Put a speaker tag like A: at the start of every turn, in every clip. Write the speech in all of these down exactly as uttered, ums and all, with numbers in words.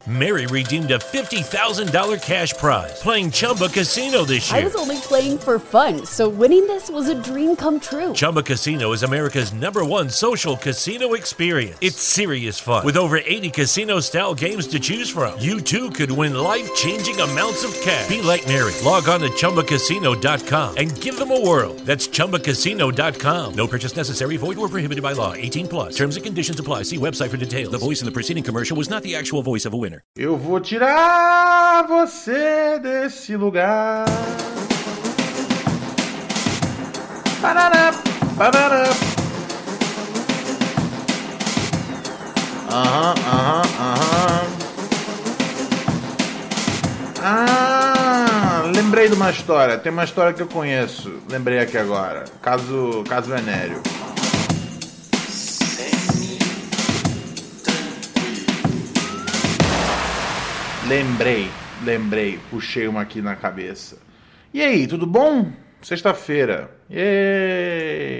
A: Mary redeemed a fifty thousand dollars cash prize playing Chumba Casino this year.
B: I was only playing for fun, so winning this was a dream come true.
A: Chumba Casino is America's number one social casino experience. It's serious fun. With over eighty casino-style games to choose from, you too could win life-changing amounts of cash. Be like Mary. Log on to Chumba Casino dot com and give them a whirl. That's Chumba Casino dot com. No purchase necessary. Void or prohibited by law. eighteen plus. Terms and conditions apply. See website for details. The voice in the preceding commercial was not the actual voice of a winner.
C: Eu vou tirar você desse lugar. Parará, parará. Aham, aham, aham. Ah, lembrei de uma história. Tem uma história que eu conheço. Lembrei aqui agora. Caso, caso venéreo. Lembrei, lembrei, puxei uma aqui na cabeça. E aí, tudo bom? Sexta-feira. Yay!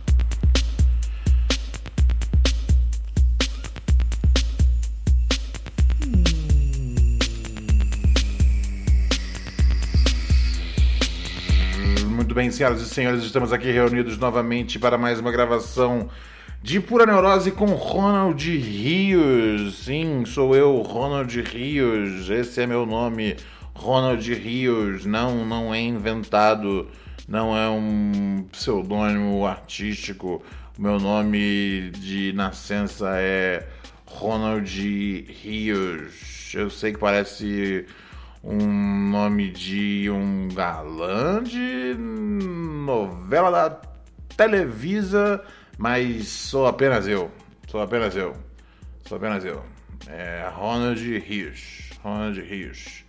C: Muito bem, senhoras e senhores, estamos aqui reunidos novamente para mais uma gravação de Pura Neurose com Ronald Rios. Sim, sou eu, Ronald Rios. Esse é meu nome, Ronald Rios. Não, não é inventado, não é um pseudônimo artístico. O meu nome de nascença é Ronald Rios. Eu sei que parece um nome de um galã de novela da Televisa, mas sou apenas eu, sou apenas eu, sou apenas eu. É Ronald Rios, Ronald Rios.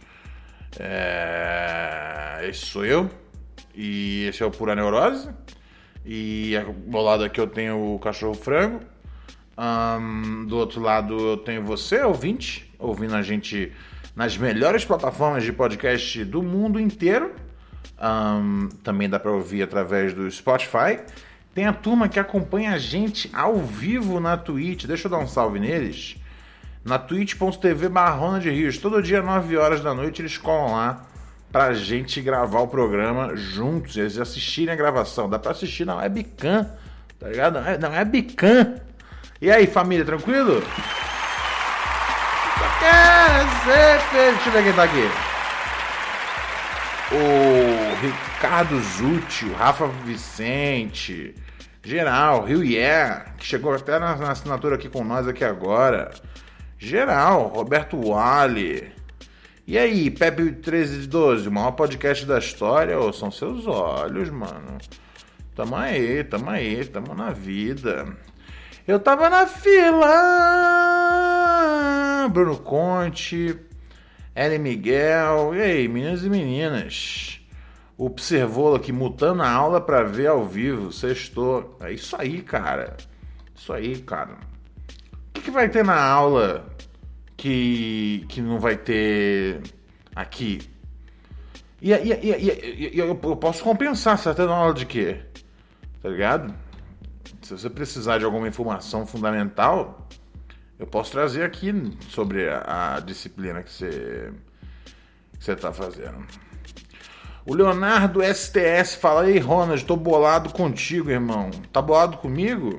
C: É, esse sou eu, e esse é o Pura Neurose. E ao meu lado aqui eu tenho o Cachorro Frango. Um, do outro lado eu tenho você, ouvinte, ouvindo a gente nas melhores plataformas de podcast do mundo inteiro. Um, também dá para ouvir através do Spotify. Tem a turma que acompanha a gente ao vivo na Twitch. Deixa eu dar um salve neles. Na twitch ponto tv barra Ronald Rios. Todo dia, nove horas da noite, eles colam lá pra gente gravar o programa juntos. Eles assistirem a gravação. Dá pra assistir na webcam, tá ligado? Na webcam. E aí, família, tranquilo? Só quero ser feliz. Deixa eu ver quem tá aqui. O Ricardo Zucci, o Rafa Vicente, geral, Rio Yeah, que chegou até na, na assinatura aqui com nós aqui agora. Geral, Roberto Wally. E aí, Pepe mil trezentos e doze, o maior podcast da história? Oh, são seus olhos, mano. Tamo aí, tamo aí, tamo na vida. Eu tava na fila. Bruno Conte, Ellen Miguel. E aí, meninos e meninas? O Pservolo aqui mutando a aula pra ver ao vivo. Sextou. É isso aí, cara. Isso aí, cara. O que, que vai ter na aula que, que não vai ter aqui? E, e, e, e eu, eu posso compensar. Você tá tendo aula de quê? Tá ligado? Se você precisar de alguma informação fundamental, eu posso trazer aqui sobre a, a disciplina que você, que você tá fazendo. O Leonardo S T S fala: ei, Ronald, tô bolado contigo, irmão. Tá bolado comigo?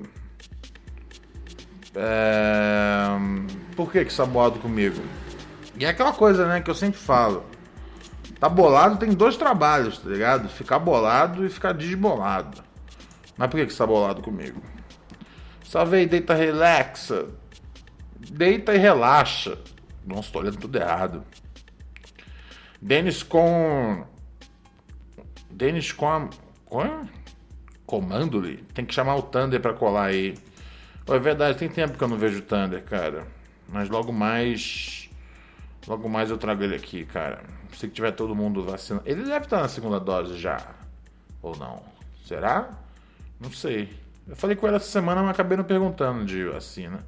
C: É... Por que que você tá bolado comigo? E é aquela coisa, né, que eu sempre falo. Tá bolado tem dois trabalhos, tá ligado? Ficar bolado e ficar desbolado. Mas por que que você tá bolado comigo? Salve aí, deita, relaxa. Deita e relaxa. Nossa, tô olhando tudo errado. Denis com... Denis com... com... Comando-lhe? Tem que chamar o Thunder pra colar aí. Pô, é verdade, tem tempo que eu não vejo o Thunder, cara. Mas logo mais... Logo mais eu trago ele aqui, cara. Se tiver todo mundo vacinado... Ele deve estar na segunda dose já. Ou não? Será? Não sei. Eu falei com ele essa semana, mas acabei não perguntando de vacina.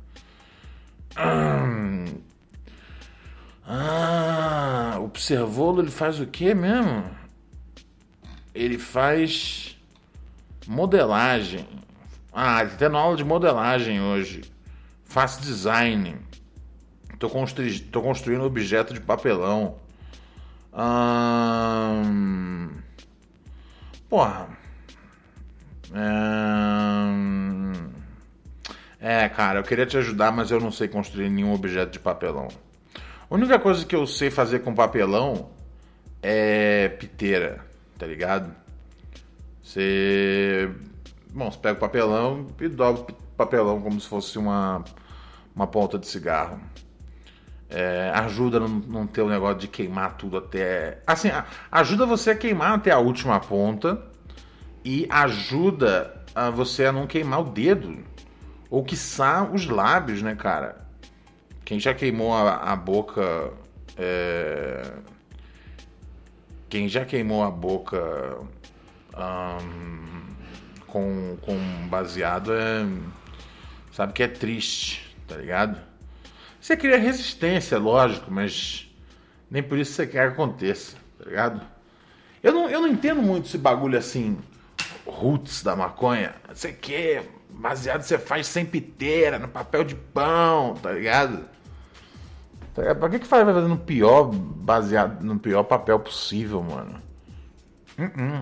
C: Ah, o Pservolo, ele faz o quê mesmo? Ele faz modelagem. Ah, ele tá tendo aula de modelagem hoje. Faz design. Tô, constru... Tô construindo objeto de papelão. Hum... Porra. Hum... É, cara, eu queria te ajudar, mas eu não sei construir nenhum objeto de papelão. A única coisa que eu sei fazer com papelão é piteira, tá ligado? Você... Bom, você pega o papelão e dobra o papelão como se fosse uma, uma ponta de cigarro. É, ajuda a não, não ter o negócio de queimar tudo até... Assim, ajuda você a queimar até a última ponta e ajuda a você a não queimar o dedo. Ou quiçá os lábios, né, cara? Quem já queimou a, a boca... É... Quem já queimou a boca um, com, com baseado é, sabe que é triste, tá ligado? Você cria resistência, lógico, mas nem por isso você quer que aconteça, tá ligado? Eu não, eu não entendo muito esse bagulho assim, roots da maconha. Você quer, baseado você faz sem piteira, no papel de pão, tá ligado? Pra que que faz, vai fazer no pior, baseado no pior papel possível, mano? Uh-uh.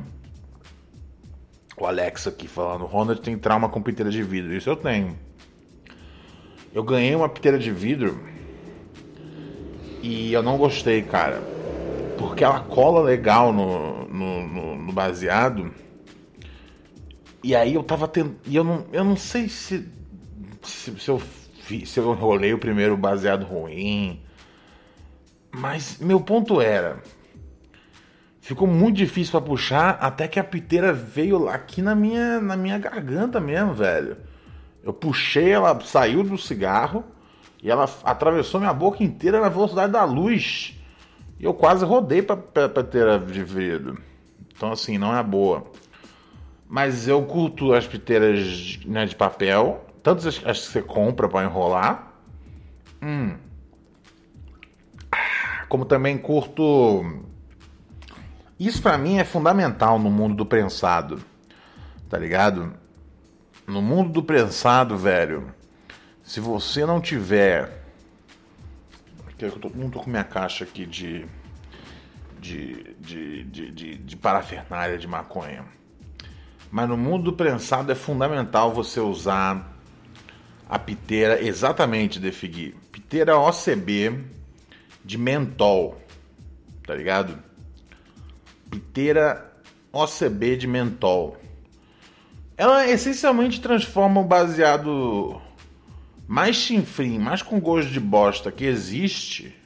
C: O Alex aqui falando, o Ronald tem trauma com piteira de vidro. Isso eu tenho. Eu ganhei uma piteira de vidro e eu não gostei, cara. Porque ela cola legal no, no, no, no baseado. E aí eu tava tentando... E eu não, eu não sei se, se, se eu... Se eu enrolei o primeiro baseado ruim. Mas meu ponto era... Ficou muito difícil pra puxar até que a piteira veio aqui na minha, na minha garganta mesmo, velho. Eu puxei, ela saiu do cigarro e ela atravessou minha boca inteira na velocidade da luz. E eu quase rodei pra, pra, pra piteira de vidro. Então assim, não é boa. Mas eu curto as piteiras, né, de papel. Tanto as, as que você compra para enrolar. Hum. Como também curto... Isso pra mim é fundamental no mundo do prensado. Tá ligado? No mundo do prensado, velho. Se você não tiver... Eu tô, não tô com minha caixa aqui de... De, de, de, de, de parafernália de maconha. Mas no mundo do prensado é fundamental você usar... A piteira, exatamente, Defigui. Piteira O C B de mentol. Tá ligado? Piteira O C B de mentol. Ela essencialmente transforma o baseado mais chinfrim, mais com gosto de bosta que existe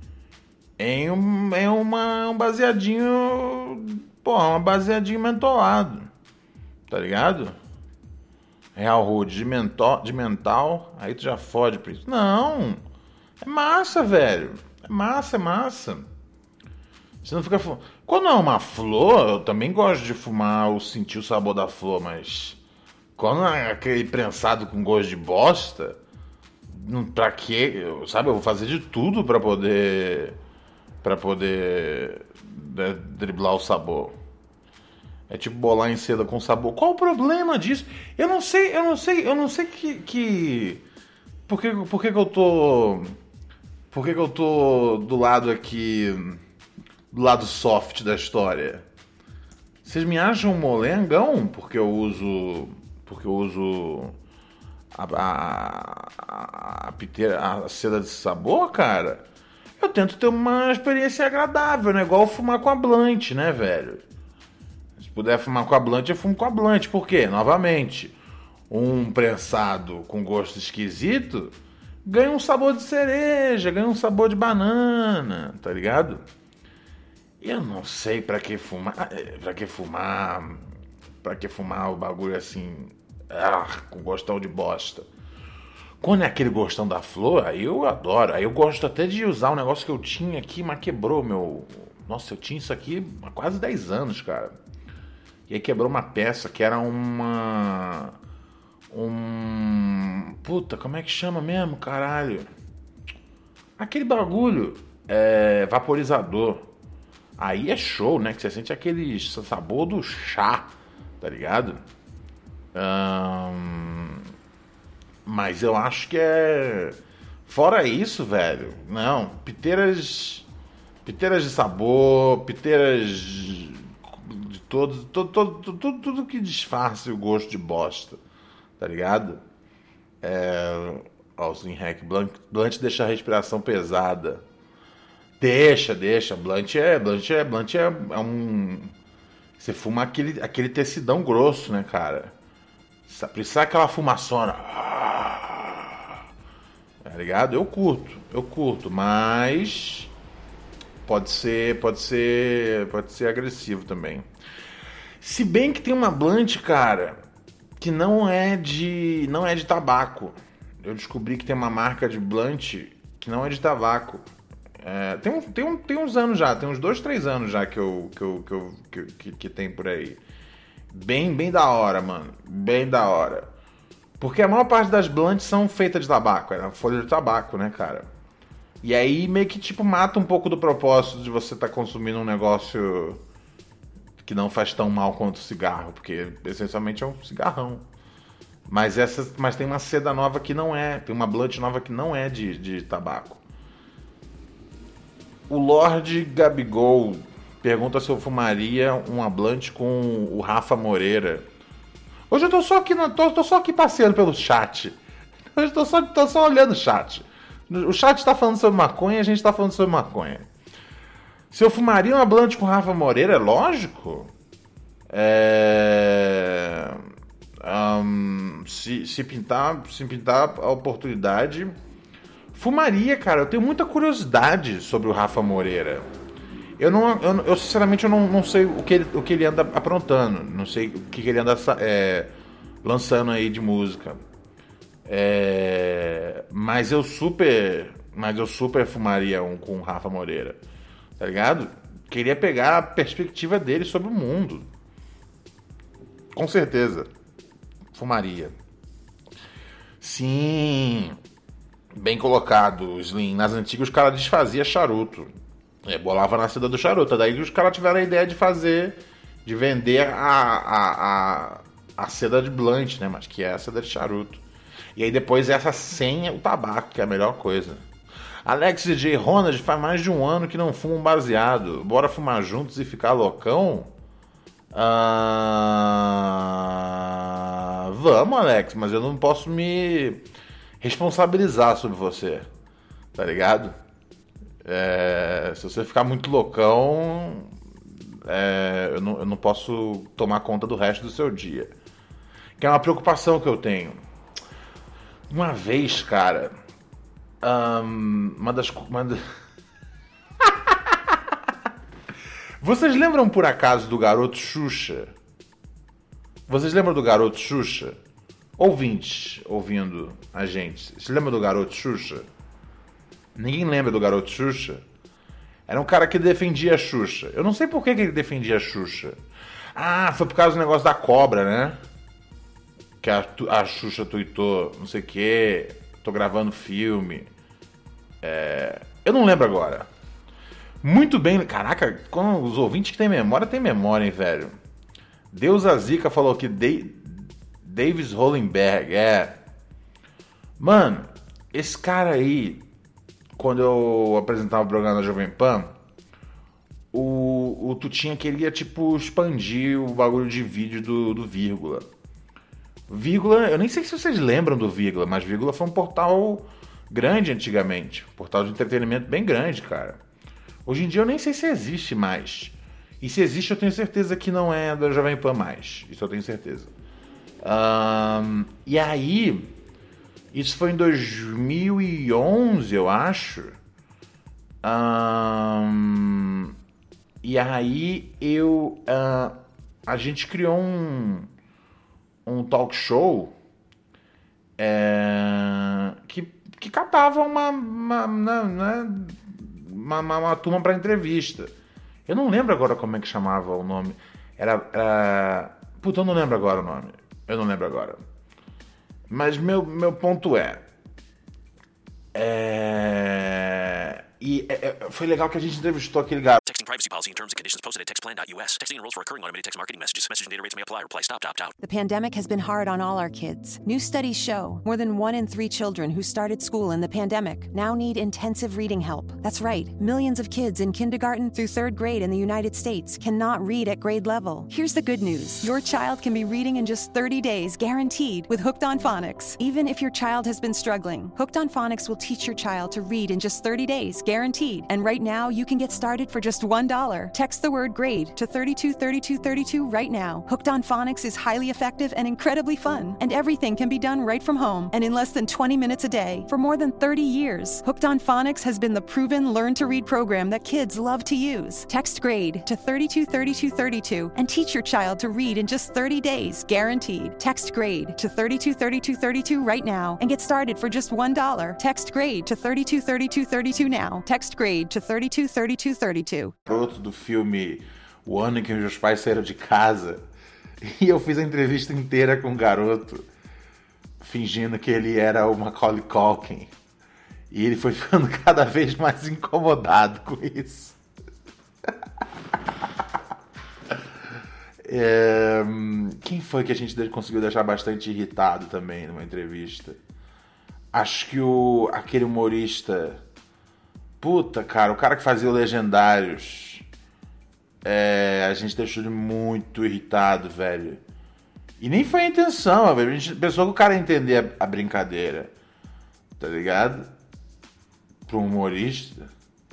C: em um, em uma, um baseadinho... Pô, um baseadinho mentolado. Tá ligado? Real Hood de, mentol, de mental, aí tu já fode por isso. Não, é massa, velho. É massa, é massa. Você não fica fumando. Quando é uma flor, eu também gosto de fumar ou sentir o sabor da flor, mas quando é aquele prensado com gosto de bosta, pra quê? Eu, sabe, eu vou fazer de tudo pra poder pra poder né, driblar o sabor. É tipo bolar em seda com sabor. Qual o problema disso? Eu não sei, eu não sei, eu não sei que... que... Por, que, por que que eu tô... Por que que eu tô do lado aqui... Do lado soft da história? Vocês me acham molengão? Porque eu uso... Porque eu uso... A, a, a, a piteira, a seda de sabor, cara? Eu tento ter uma experiência agradável, né? Igual fumar com a Blunt, né, velho? Se puder fumar com a Blunt, eu fumo com a Blunt. Por quê? Novamente, um prensado com gosto esquisito ganha um sabor de cereja, ganha um sabor de banana, tá ligado? Eu não sei pra que fumar, pra que fumar, pra que fumar o bagulho assim, ah, com gostão de bosta. Quando é aquele gostão da flor, aí eu adoro. Aí eu gosto até de usar um negócio que eu tinha aqui, mas quebrou meu... Nossa, eu tinha isso aqui há quase dez anos, cara. E aí quebrou uma peça que era uma... Um... Puta, como é que chama mesmo, caralho? Aquele bagulho. É... Vaporizador. Aí é show, né? Que você sente aquele sabor do chá, tá ligado? Hum... Mas eu acho que é... Fora isso, velho, não, piteiras, piteiras de sabor, piteiras de todo, todo, todo, tudo, tudo que disfarce o gosto de bosta, tá ligado? É, ó, o Zinhack, Blunt, Blunt deixa a respiração pesada. Deixa, deixa, Blunt é, Blunt é, Blunt é, é um... Você fuma aquele, aquele tecidão grosso, né, cara? Precisa aquela fumaçona. Tá ligado? Eu curto, eu curto, mas pode ser, pode ser, pode ser agressivo também. Se bem que tem uma blunt, cara, que não é de, não é de tabaco. Eu descobri que tem uma marca de blunt que não é de tabaco. É, tem, um, tem, um, tem uns anos já, tem uns dois, três anos já que eu que, eu, que, eu, que, que, que tem por aí. Bem, bem da hora, mano. Bem da hora. Porque a maior parte das blunts são feitas de tabaco. Era folha de tabaco, né, cara? E aí meio que, tipo, mata um pouco do propósito de você estar tá consumindo um negócio que não faz tão mal quanto o cigarro. Porque, essencialmente, é um cigarrão. Mas, essa, mas tem uma seda nova que não é. Tem uma blunt nova que não é de, de tabaco. O Lorde Gabigol pergunta se eu fumaria uma blunt com o Rafa Moreira. Hoje eu tô só aqui, tô, tô só aqui passeando pelo chat. Hoje eu tô só, tô só olhando o chat. O chat tá falando sobre maconha e a gente tá falando sobre maconha. Se eu fumaria uma blunt com o Rafa Moreira, é lógico. É... Um, se, se, pintar, se pintar a oportunidade... Fumaria, cara. Eu tenho muita curiosidade sobre o Rafa Moreira. Eu, não, eu, eu sinceramente, eu não, não sei o que, ele, o que ele anda aprontando. Não sei o que ele anda é, lançando aí de música. É, mas eu super... Mas eu super fumaria um com o Rafa Moreira. Tá ligado? Queria pegar a perspectiva dele sobre o mundo. Com certeza. Fumaria. Sim... Bem colocado, Slim. Nas antigas os caras desfaziam charuto. É, bolava na seda do charuto. Daí os caras tiveram a ideia de fazer, de vender a, a, a, a seda de blunt, né? Mas que é a seda de charuto. E aí depois essa sem o tabaco, que é a melhor coisa. Alex D J Ronald, faz mais de um ano que não fuma um baseado. Bora fumar juntos e ficar loucão? Ah, vamos, Alex, mas eu não posso me... responsabilizar sobre você, tá ligado? É, se você ficar muito loucão, é, eu, não, eu não posso tomar conta do resto do seu dia. Que é uma preocupação que eu tenho. Uma vez, cara, um, uma das... Uma das... Vocês lembram, por acaso, do Garoto Xuxa? Vocês lembram do Garoto Xuxa? Ouvintes ouvindo a gente, você lembra do Garoto Xuxa? Ninguém lembra do Garoto Xuxa? Era um cara que defendia a Xuxa. Eu não sei por que, que ele defendia a Xuxa. Ah, foi por causa do negócio da cobra, né? Que a, a Xuxa tuitou, não sei o que, tô gravando filme. É... Eu não lembro agora. Muito bem, caraca, quando os ouvintes que tem memória, tem memória, hein, velho? Deus Azica falou que... De... Davis Hollenberg, é... Mano, esse cara aí, quando eu apresentava o programa da Jovem Pan, o, o Tutinha queria, tipo, expandir o bagulho de vídeo do, do Vírgula. Vírgula, eu nem sei se vocês lembram do Vírgula, mas Vírgula foi um portal grande antigamente. Um portal de entretenimento bem grande, cara. Hoje em dia eu nem sei se existe mais. E se existe, eu tenho certeza que não é da Jovem Pan mais. Isso eu tenho certeza. Um, e aí, isso foi em dois mil e onze, eu acho. Um, e aí eu, uh, a gente criou um, um talk show é, que, que catava uma, uma, uma, uma, uma, uma turma para entrevista. Eu não lembro agora como é que chamava o nome. Era, era... Puta, eu não lembro agora o nome. Eu não lembro agora. Mas meu, meu ponto é... é... E é, foi legal que a gente entrevistou aquele garoto.
D: Texting privacy policy and terms and conditions posted at text plan dot U S. Texting enrolls for recurring automated text marketing messages. Message and data rates may apply. Reply stop to opt out.
E: The pandemic has been hard on all our kids. New studies show more than one in three children who started school in the pandemic now need intensive reading help. That's right. Millions of kids in kindergarten through third grade in the United States cannot read at grade level. Here's the good news. Your child can be reading in just thirty days, guaranteed, with Hooked on Phonics. Even if your child has been struggling, Hooked on Phonics will teach your child to read in just thirty days, guaranteed. And right now, you can get started for just one dollar. Text the word GRADE to thirty-two thirty-two thirty-two right now. Hooked on Phonics is highly effective and incredibly fun. And everything can be done right from home and in less than twenty minutes a day. For more than thirty years, Hooked on Phonics has been the proven learn-to-read program that kids love to use. Text GRADE to thirty-two thirty-two thirty-two and teach your child to read in just thirty days, guaranteed. Text GRADE to thirty-two thirty-two thirty-two right now and get started for just one dollar. Text GRADE to thirty-two thirty-two thirty-two now. Text GRADE to thirty-two thirty-two thirty-two.
C: Outro do filme O Ano em que Meus Pais Saíram de Casa, e eu fiz a entrevista inteira com um garoto fingindo que ele era o Macaulay Culkin, e ele foi ficando cada vez mais incomodado com isso. É... Quem foi que a gente conseguiu deixar bastante irritado também numa entrevista? Acho que o aquele humorista, puta, cara, o cara que fazia o Legendários. É, a gente deixou ele muito irritado, velho. E nem foi a intenção, velho. A gente pensou que o cara ia entender a, a brincadeira. Tá ligado? Pro humorista.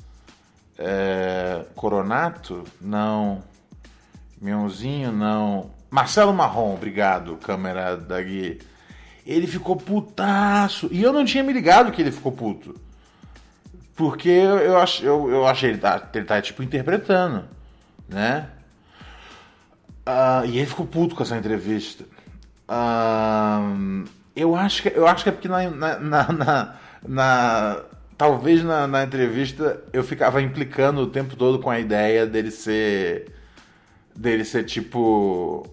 C: É, Coronato? Não. Mionzinho? Não. Marcelo Marrom, obrigado, câmera da Gui. Ele ficou putaço. E eu não tinha me ligado que ele ficou puto. Porque eu, eu, ach, eu, eu achei ele tá, ele tá, tipo, interpretando. Né? Uh, e ele ficou puto com essa entrevista. Uh, eu, acho que, eu acho que é porque na, na, na, na, na talvez na, na entrevista eu ficava implicando o tempo todo com a ideia dele ser dele ser tipo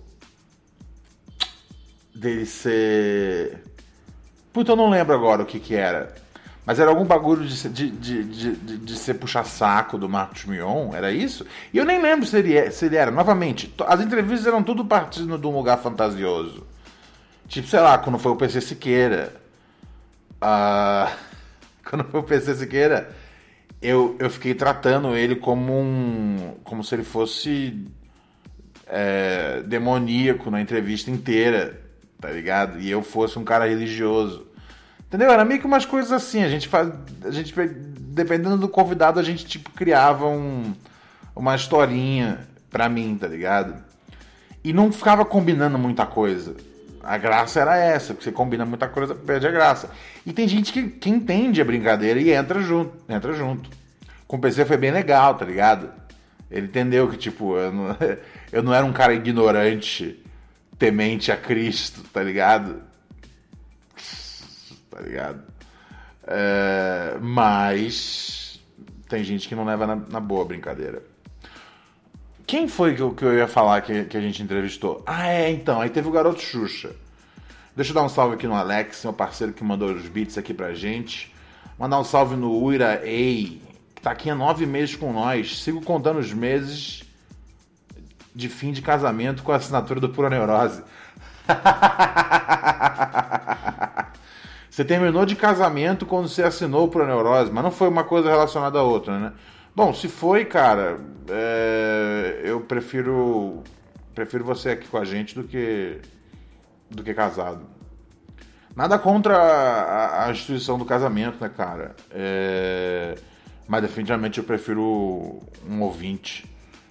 C: dele ser puta, eu não lembro agora o que que era. Mas era algum bagulho de, de, de, de, de, de ser puxa-saco do Marcos Mion, era isso? E eu nem lembro se ele, se ele era. Novamente, as entrevistas eram tudo partindo de um lugar fantasioso. Tipo, sei lá, quando foi o P C Siqueira. Uh, quando foi o P C Siqueira, eu, eu fiquei tratando ele como um... como se ele fosse é, demoníaco na entrevista inteira, tá ligado? E eu fosse um cara religioso. Entendeu? Era meio que umas coisas assim, a gente faz, a gente, dependendo do convidado, a gente tipo criava um, uma historinha pra mim, tá ligado? E não ficava combinando muita coisa. A graça era essa, porque você combina muita coisa, perde a graça. E tem gente que, que entende a brincadeira e entra junto, entra junto. Com o P C foi bem legal, tá ligado? Ele entendeu que, tipo, eu não, eu não era um cara ignorante, temente a Cristo, tá ligado? Tá ligado? É, mas tem gente que não leva na, na boa a brincadeira. Quem foi que eu, que eu ia falar que, que a gente entrevistou? Ah, é, então. Aí teve o Garoto Xuxa. Deixa eu dar um salve aqui no Alex, meu parceiro que mandou os beats aqui pra gente. Mandar um salve no Uira Ei, que tá aqui há nove meses com nós. Sigo contando os meses de fim de casamento com a assinatura do Pura Neurose. Você terminou de casamento quando você assinou o Pura Neurose, mas não foi uma coisa relacionada a outra, né? Bom, se foi, cara, é, eu prefiro prefiro você aqui com a gente do que do que casado. Nada contra a, a instituição do casamento, né, cara? É, mas definitivamente eu prefiro um ouvinte.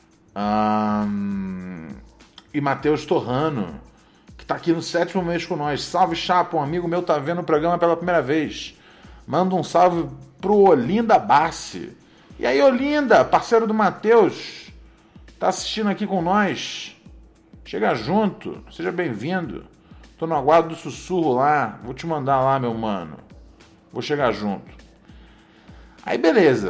C: Hum, e Matheus Torrano, que tá aqui no sétimo mês com nós. Salve, Chapa, um amigo meu tá vendo o programa pela primeira vez. Manda um salve pro Olinda Bassi. E aí, Olinda, parceiro do Matheus, tá assistindo aqui com nós. Chega junto, seja bem-vindo. Tô no aguardo do sussurro lá. Vou te mandar lá, meu mano. Vou chegar junto. Aí, beleza.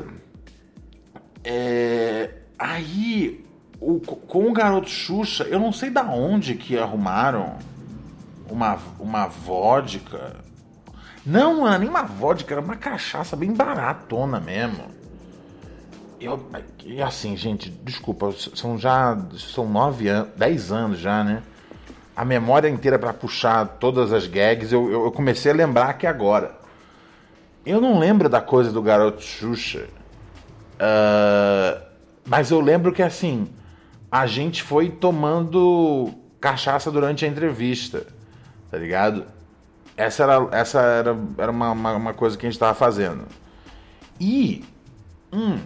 C: É... Aí, o... com o Garoto Xuxa, eu não sei da onde que arrumaram uma, uma vodka. Não, não era nem uma vodka, era uma cachaça bem baratona mesmo. Eu, e assim, gente, desculpa, são já, são nove anos, dez anos já, né? A memória inteira pra puxar todas as gags, eu, eu comecei a lembrar aqui agora. Eu não lembro da coisa do garoto Xuxa, uh, mas eu lembro que, assim, a gente foi tomando cachaça durante a entrevista, tá ligado? Essa era, essa era, era uma, uma, uma coisa que a gente tava fazendo. E... Hum,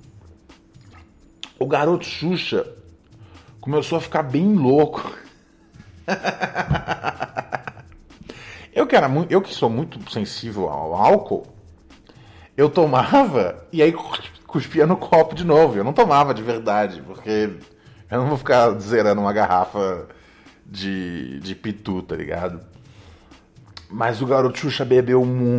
C: o garoto Xuxa começou a ficar bem louco. eu, que era muito, eu que sou muito sensível ao álcool, eu tomava e aí cuspia no copo de novo. Eu não tomava de verdade, porque eu não vou ficar zerando uma garrafa de, de pitu, tá ligado? Mas o garoto Xuxa bebeu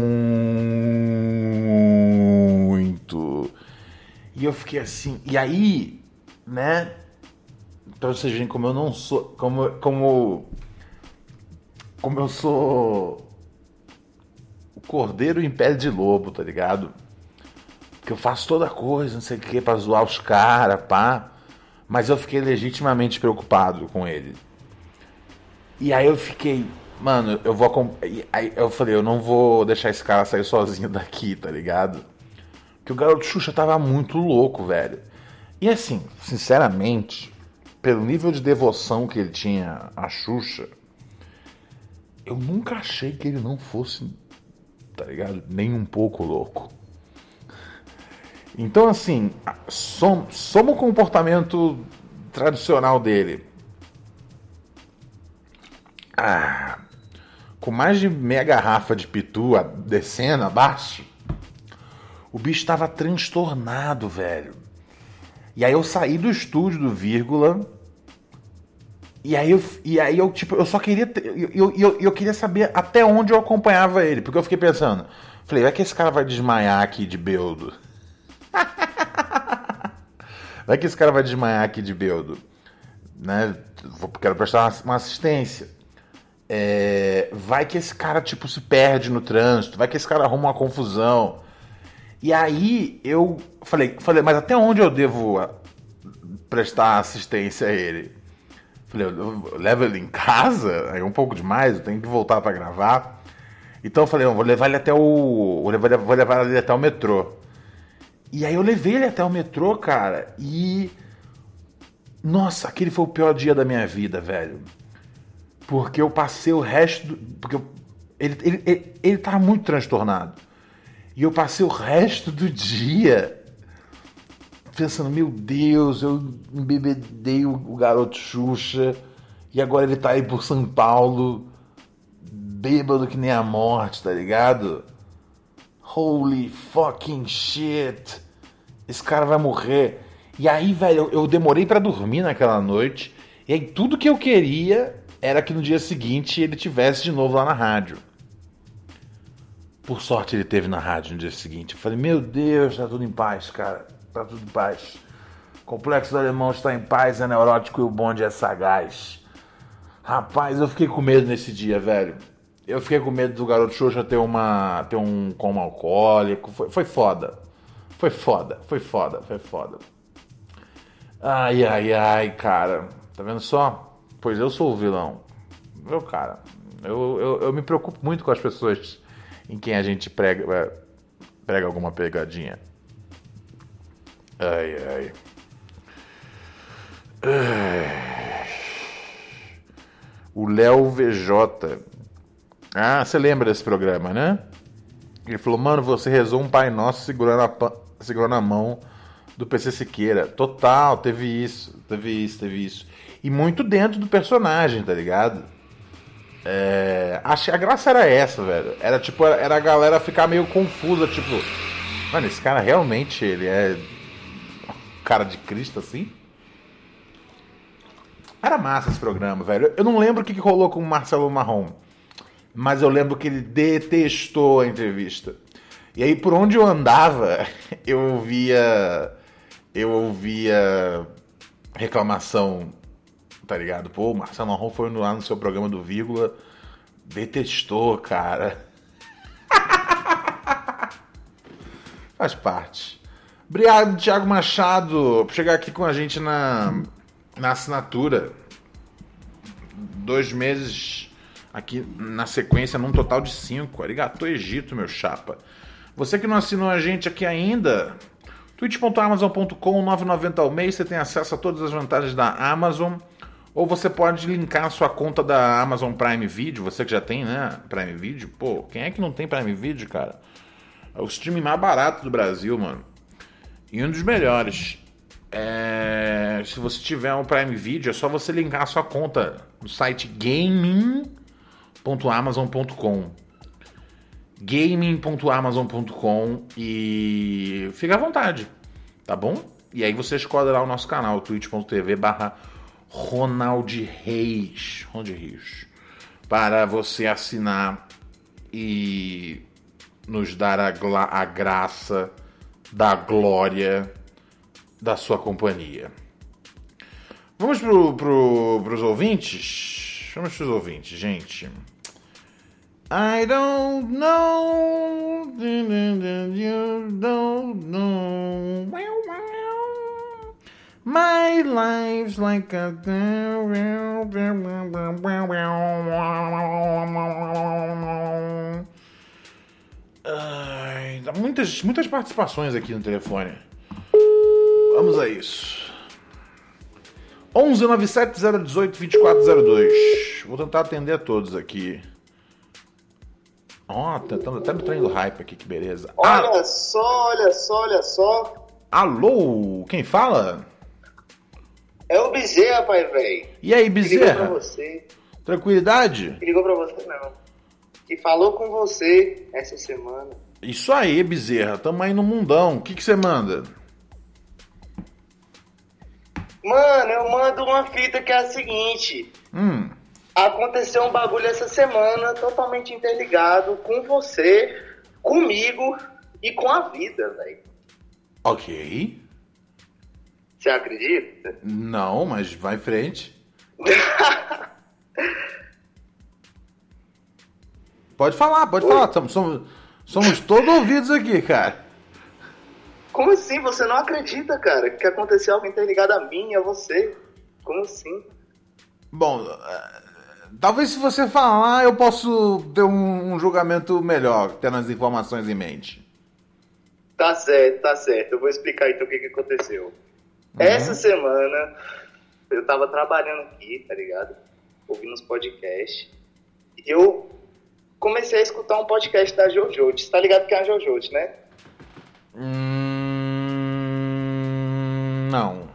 C: muito. E eu fiquei assim, e aí, né, pra vocês verem como eu não sou, como, como, como eu sou o cordeiro em pele de lobo, tá ligado? Porque eu faço toda coisa, não sei o que, pra zoar os caras, pá, mas eu fiquei legitimamente preocupado com ele. E aí eu fiquei, mano, eu vou, aí eu falei, eu não vou deixar esse cara sair sozinho daqui, tá ligado? Que o garoto Xuxa tava muito louco, velho. E assim, sinceramente, pelo nível de devoção que ele tinha à Xuxa, eu nunca achei que ele não fosse, tá ligado? Nem um pouco louco. Então, assim, som, soma o comportamento tradicional dele. Ah, com mais de meia garrafa de pitu descendo abaixo, o bicho tava transtornado, velho. E aí eu saí do estúdio do Vírgula. E aí eu, e aí eu tipo, eu só queria... Eu, eu, eu, eu queria saber até onde eu acompanhava ele. Porque eu fiquei pensando... Falei, vai que esse cara vai desmaiar aqui de bêbado. Vai que esse cara vai desmaiar aqui de bêbado. Né? Quero prestar uma assistência. É, vai que esse cara, tipo, se perde no trânsito. Vai que esse cara arruma uma confusão. E aí eu falei, falei, mas até onde eu devo prestar assistência a ele? Falei, eu levo ele em casa? Aí é um pouco demais, eu tenho que voltar pra gravar. Então eu falei, eu vou levar ele até o. Vou levar, vou levar ele até o metrô. E aí eu levei ele até o metrô, cara, e. Nossa, aquele foi o pior dia da minha vida, velho. Porque eu passei o resto. Do... Porque eu... ele, ele, ele, ele tava muito transtornado. E eu passei o resto do dia pensando, meu Deus, eu embebedei o, o garoto Xuxa e agora ele tá aí por São Paulo, bêbado que nem a morte, tá ligado? Holy fucking shit, esse cara vai morrer. E aí, velho, eu, eu demorei pra dormir naquela noite, e aí tudo que eu queria era que no dia seguinte ele tivesse de novo lá na rádio. Por sorte ele teve na rádio no dia seguinte. Eu falei, meu Deus, tá tudo em paz, cara. Tá tudo em paz. O Complexo do Alemão está em paz, é neurótico e o bonde é sagaz. Rapaz, eu fiquei com medo nesse dia, velho. Eu fiquei com medo do garoto Xuxa ter, uma, ter um coma alcoólico. Foi, foi foda. Foi foda, foi foda, foi foda. Ai, ai, ai, cara. Tá vendo só? Pois eu sou o vilão. Meu cara, eu, eu, eu me preocupo muito com as pessoas em quem a gente prega, prega alguma pegadinha. Ai, ai. ai. O Léo V J. Ah, você lembra desse programa, né? Ele falou, mano, você rezou um Pai Nosso segurando a, segurando a mão do P C Siqueira. Total, teve isso, teve isso, teve isso. E muito dentro do personagem, tá ligado? É, achei, a graça era essa, velho. Era tipo, era a galera ficar meio confusa, tipo, mano, esse cara realmente, ele é cara de Cristo, assim? Era massa esse programa, velho. Eu não lembro o que, que rolou com o Marcelo Marrom, mas eu lembro que ele detestou a entrevista. E aí, por onde eu andava, eu ouvia, eu ouvia reclamação, tá ligado? Pô, o Marcelo Marrom foi lá no seu programa do Vírgula, detestou, cara. Faz parte. Obrigado, Thiago Machado, por chegar aqui com a gente na, na assinatura. Dois meses aqui na sequência, num total de cinco. Arigato Egito, meu chapa. Você que não assinou a gente aqui ainda, twitch ponto amazon ponto com, nove reais e noventa centavos ao mês, você tem acesso a todas as vantagens da Amazon. Ou você pode linkar a sua conta da Amazon Prime Video, você que já tem, né, Prime Video. Pô, quem é que não tem Prime Video, cara? É o streaming mais barato do Brasil, mano. E um dos melhores. É... Se você tiver um Prime Video, é só você linkar a sua conta no site gaming ponto amazon ponto com. gaming ponto amazon ponto com e fica à vontade, tá bom? E aí você escolhe lá o nosso canal, twitch ponto tv barra Ronald Reis, Ronald Reis, para você assinar e nos dar a, gla- a graça da glória da sua companhia. Vamos pro, pro, pros ouvintes? Vamos pros ouvintes, gente. I don't know, you don't know, my life's like a... Ai, dá muitas, muitas participações aqui no telefone. Vamos a isso. onze nove sete zero um oito vinte e quatro zero dois. Vou tentar atender a todos aqui. Ó, oh, tentando até no trem do hype aqui, que beleza.
F: Olha ah. só, olha só, olha só.
C: Alô, quem fala?
F: É o Bezerra, pai, velho.
C: E aí, Bezerra?
F: Ligou pra você.
C: Tranquilidade?
F: Ligou pra você, não. Que falou com você essa semana.
C: Isso aí, Bezerra. Tamo aí no mundão. O que que você manda?
F: Mano, eu mando uma fita que é a seguinte.
C: Hum.
F: Aconteceu um bagulho essa semana totalmente interligado com você, comigo e com a vida, velho.
C: Ok.
F: Você acredita?
C: Não, mas vai em frente. Pode falar, pode Oi? falar. Somos, somos, somos todos ouvidos aqui, cara.
F: Como assim? Você não acredita, cara, que aconteceu algo interligado a mim e a você? Como assim?
C: Bom, uh, talvez se você falar eu posso ter um, um julgamento melhor, tendo as informações em mente.
F: Tá certo, tá certo. Eu vou explicar então o que, que aconteceu. Uhum. Essa semana eu tava trabalhando aqui, tá ligado? Ouvindo uns podcasts. E eu comecei a escutar um podcast da Jojo. Você tá ligado que é a Jojo, né?
C: Hum, não.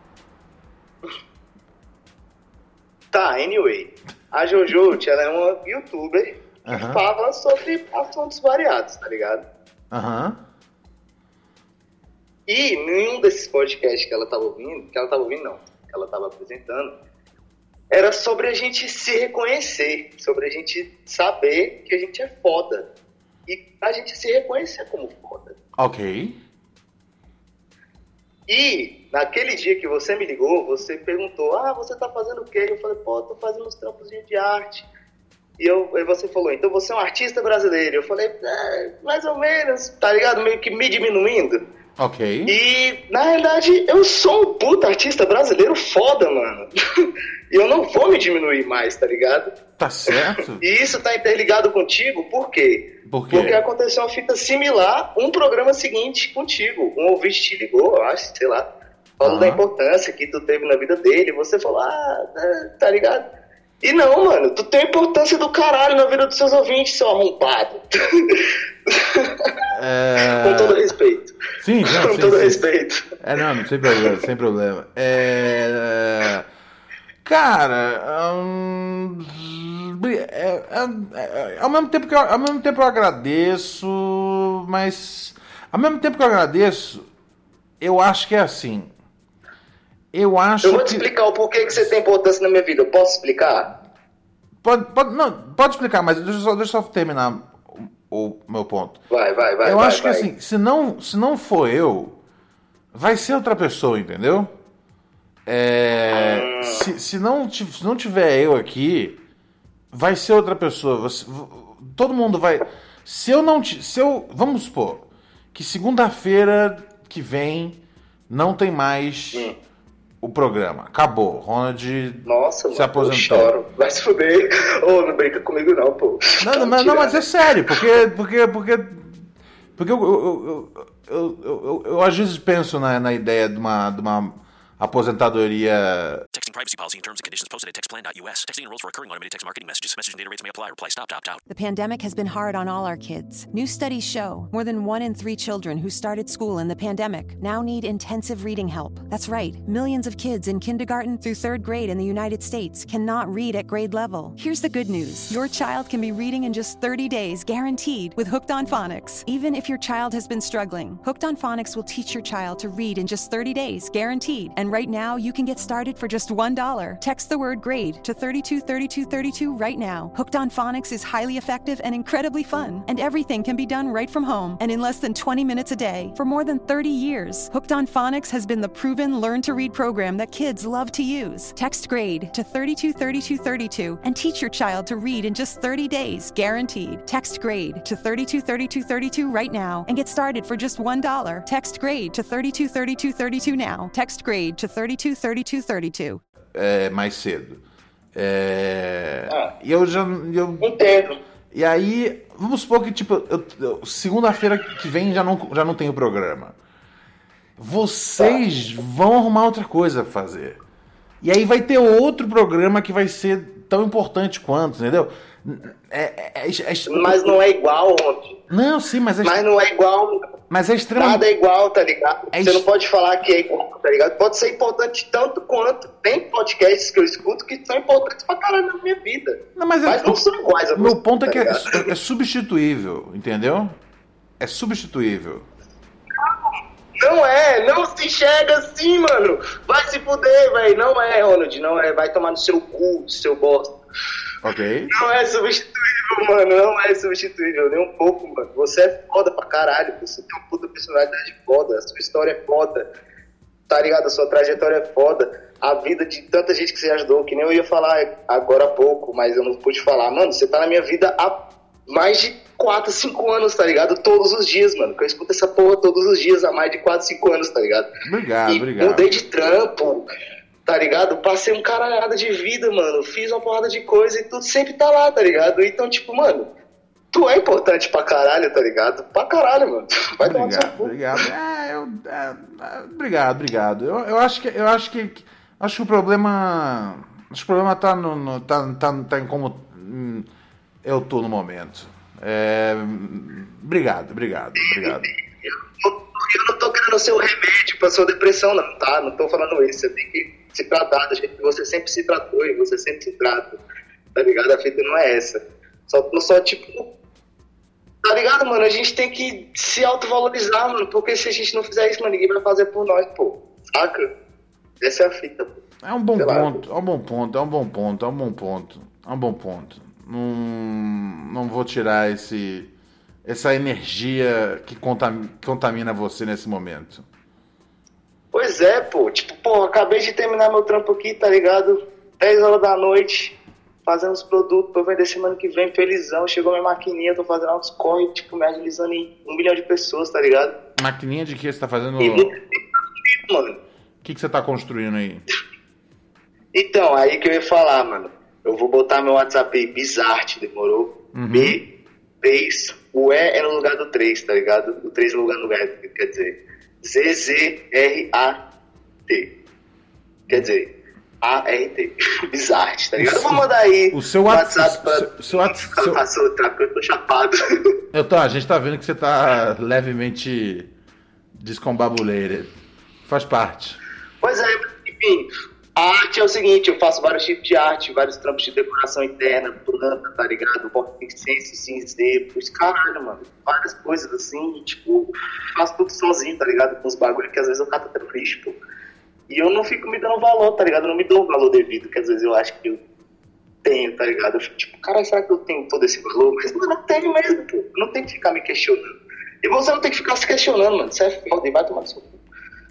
F: Tá, anyway. A Jojo, ela é uma youtuber que uhum. fala sobre assuntos variados, tá ligado?
C: Aham. Uhum.
F: E nenhum desses podcasts que ela tava ouvindo, que ela tava ouvindo não, que ela tava apresentando, era sobre a gente se reconhecer, sobre a gente saber que a gente é foda. E a gente se reconhecer como foda.
C: Ok.
F: E naquele dia que você me ligou, você perguntou, ah, você tá fazendo o quê? Eu falei, pô, tô fazendo uns trampos de arte. E eu, aí você falou, então você é um artista brasileiro. Eu falei, é, mais ou menos, tá ligado? Meio que me diminuindo.
C: Ok.
F: E, na realidade, eu sou um puta artista brasileiro foda, mano. E eu não vou me diminuir mais, tá ligado?
C: Tá certo.
F: E isso tá interligado contigo, por quê?
C: Por quê?
F: Porque aconteceu uma fita similar, um programa seguinte contigo. Um ouvinte te ligou, eu acho, sei lá. Falou uhum. da importância que tu teve na vida dele. Você falou, ah, tá ligado? E não, mano, tu tem importância do caralho na vida dos seus ouvintes, seu arrombado. É... Com todo respeito.
C: Sim, não,
F: Com
C: sim,
F: todo
C: sim.
F: respeito.
C: É, não, não, sem problema, sem problema. É... Cara, hum... é, é, é, ao mesmo tempo que eu, ao mesmo tempo eu agradeço, mas ao mesmo tempo que eu agradeço, eu acho que é assim. Eu acho
F: Eu vou te
C: que...
F: explicar o porquê que você tem importância na minha vida. Eu posso explicar?
C: Pode, pode, não, pode explicar, mas deixa eu só, deixa eu só terminar o, o meu ponto.
F: Vai, vai, vai.
C: Eu
F: vai,
C: acho
F: vai.
C: que assim, se não, se não for eu, vai ser outra pessoa, entendeu? É, hum. se, se, não, se não tiver eu aqui, vai ser outra pessoa. Você, todo mundo vai... Se eu não... Se eu, vamos supor que segunda-feira que vem não tem mais
F: Hum.
C: o programa. Acabou. Ronald
F: Nossa,
C: se
F: mano,
C: aposentou.
F: eu choro. Vai se fuder. Ô, não brinca comigo não, pô.
C: Não, mas, não, mas é sério, porque. Porque, porque, porque eu, eu, eu, eu, eu, eu, eu às vezes penso na, na ideia de uma, de uma aposentadoria.
D: Texting privacy policy and terms and conditions posted at textplan dot U S. Texting enrolls for recurring automated text marketing messages. Message and data rates may apply. Reply stop to opt out.
E: The pandemic has been hard on all our kids. New studies show more than one in three children who started school in the pandemic now need intensive reading help. That's right, millions of kids in kindergarten through third grade in the United States cannot read at grade level. Here's the good news. Your child can be reading in just thirty days, guaranteed, with Hooked on Phonics. Even if your child has been struggling, Hooked on Phonics will teach your child to read in just thirty days, guaranteed. And right now, you can get started for just one dollar. Text the word GRADE to thirty-two thirty-two thirty-two right now. Hooked on Phonics is highly effective and incredibly fun, and everything can be done right from home and in less than twenty minutes a day. For more than thirty years, Hooked on Phonics has been the proven learn-to-read program that kids love to use. Text GRADE to thirty-two thirty-two thirty-two and teach your child to read in just thirty days, guaranteed. Text GRADE to thirty-two thirty-two thirty-two right now and get started for just one dollar. Text GRADE to thirty-two thirty-two thirty-two now. Text GRADE to thirty-two thirty-two thirty-two.
C: É, mais cedo. É,
F: Ah.
C: E eu já. Eu,
F: Entendo.
C: e aí, vamos supor que, tipo, eu- eu- segunda-feira que vem já não, já não tem o programa. Vocês vão arrumar outra coisa pra fazer. E aí vai ter outro programa que vai ser tão importante quanto, entendeu? É, é- é- é-
F: Mas não é igual, ontem.
C: Não, sim, mas é,
F: Mas não é igual.
C: mas é extremamente.
F: Nada é igual, tá ligado?
C: É
F: Você
C: isso.
F: não pode falar que é igual, tá ligado? Pode ser importante tanto quanto. Tem podcasts que eu escuto que são importantes pra caralho na minha vida.
C: Não, mas,
F: Mas
C: é,
F: não são iguais a
C: meu
F: você,
C: ponto é
F: tá
C: que é,
F: ligado?
C: é substituível, entendeu? É substituível.
F: Não é, não se enxerga assim, mano. Vai se fuder, velho. Não é, Ronald, não é. Vai tomar no seu cu, seu bosta.
C: Ok?
F: Não é substituível, mano. Não é substituível, nem um pouco, mano. Você é foda pra caralho. Você tem uma puta personalidade foda. A sua história é foda. Tá ligado? A sua trajetória é foda. A vida de tanta gente que você ajudou, que nem eu ia falar agora há pouco, mas eu não pude falar. Mano, você tá na minha vida há mais de quatro, cinco anos, tá ligado? Todos os dias, mano. Que eu escuto essa porra todos os dias há mais de quatro, cinco anos, tá ligado?
C: Obrigado,
F: e
C: obrigado.
F: mudei de trampo, tá ligado? Passei um caralhada de vida, mano. Fiz uma porrada de coisa e tudo sempre tá lá, tá ligado? Então, tipo, mano, tu é importante pra caralho, tá ligado? Pra caralho, mano. Vai tomar no seu
C: Obrigado,
F: cu.
C: obrigado. É, eu, é, é, obrigado, obrigado. Eu, eu acho que eu acho que acho que o problema acho que o problema tá no, no tá, tá, tá em como hum, eu tô no momento. É, obrigado, obrigado, obrigado.
F: Eu não tô querendo ser o remédio pra sua depressão, não, tá? Não tô falando isso. Você tem que se tratar do jeito que você sempre se tratou e você sempre se trata. Tá ligado? A fita não é essa. Só, só tipo. Tá ligado, mano? A gente tem que se autovalorizar, mano. Porque se a gente não fizer isso, mano, ninguém vai fazer por nós, pô. Saca? Essa é a fita, pô.
C: É um bom
F: Sei lá.
C: ponto, é um bom ponto, é um bom ponto, é um bom ponto, é um bom ponto. Não, não vou tirar esse, essa energia que contamina, contamina você nesse momento.
F: Pois é, pô. Tipo, pô, acabei de terminar meu trampo aqui, tá ligado? dez horas da noite, fazendo os produtos pra eu vender semana que vem, felizão. Chegou minha maquininha, tô fazendo altos corre, tipo, me agilizando em um milhão de pessoas, tá ligado?
C: Maquininha de que você tá fazendo?
F: E
C: O
F: muito mano.
C: que, que você tá construindo aí?
F: Então, aí que eu ia falar, mano. Eu vou botar meu WhatsApp aí, Bizarte, demorou?
C: Uhum.
F: B, três, o E é no lugar do três, tá ligado? O três no lugar do E, quer dizer, Z Z R A T. Quer dizer, A R T. Bizarte, tá ligado? Eu vou mandar aí
C: O seu
F: no
C: WhatsApp,
F: pra...
C: seu, seu WhatsApp, seu-
F: Passou, tá? Porque eu tô chapado.
C: eu tô, a gente tá vendo que você tá levemente descombabulated. Faz parte.
F: Pois é, enfim, a arte é o seguinte, eu faço vários tipos de arte, vários trampos de decoração interna, planta, tá ligado? Boto incenso, cinzeiros, caralho, mano. Várias coisas assim, tipo, faço tudo sozinho, tá ligado? Com os bagulhos que às vezes eu cato até no lixo, pô. E eu não fico me dando valor, tá ligado? Eu não me dou o valor devido, que às vezes eu acho que eu tenho, tá ligado? Eu fico tipo, cara, será que eu tenho todo esse valor? Mas, mano, eu tenho mesmo, pô. Eu não tenho que ficar me questionando. E você não tem que ficar se questionando, mano. Você é foda e vai tomar no seu cu.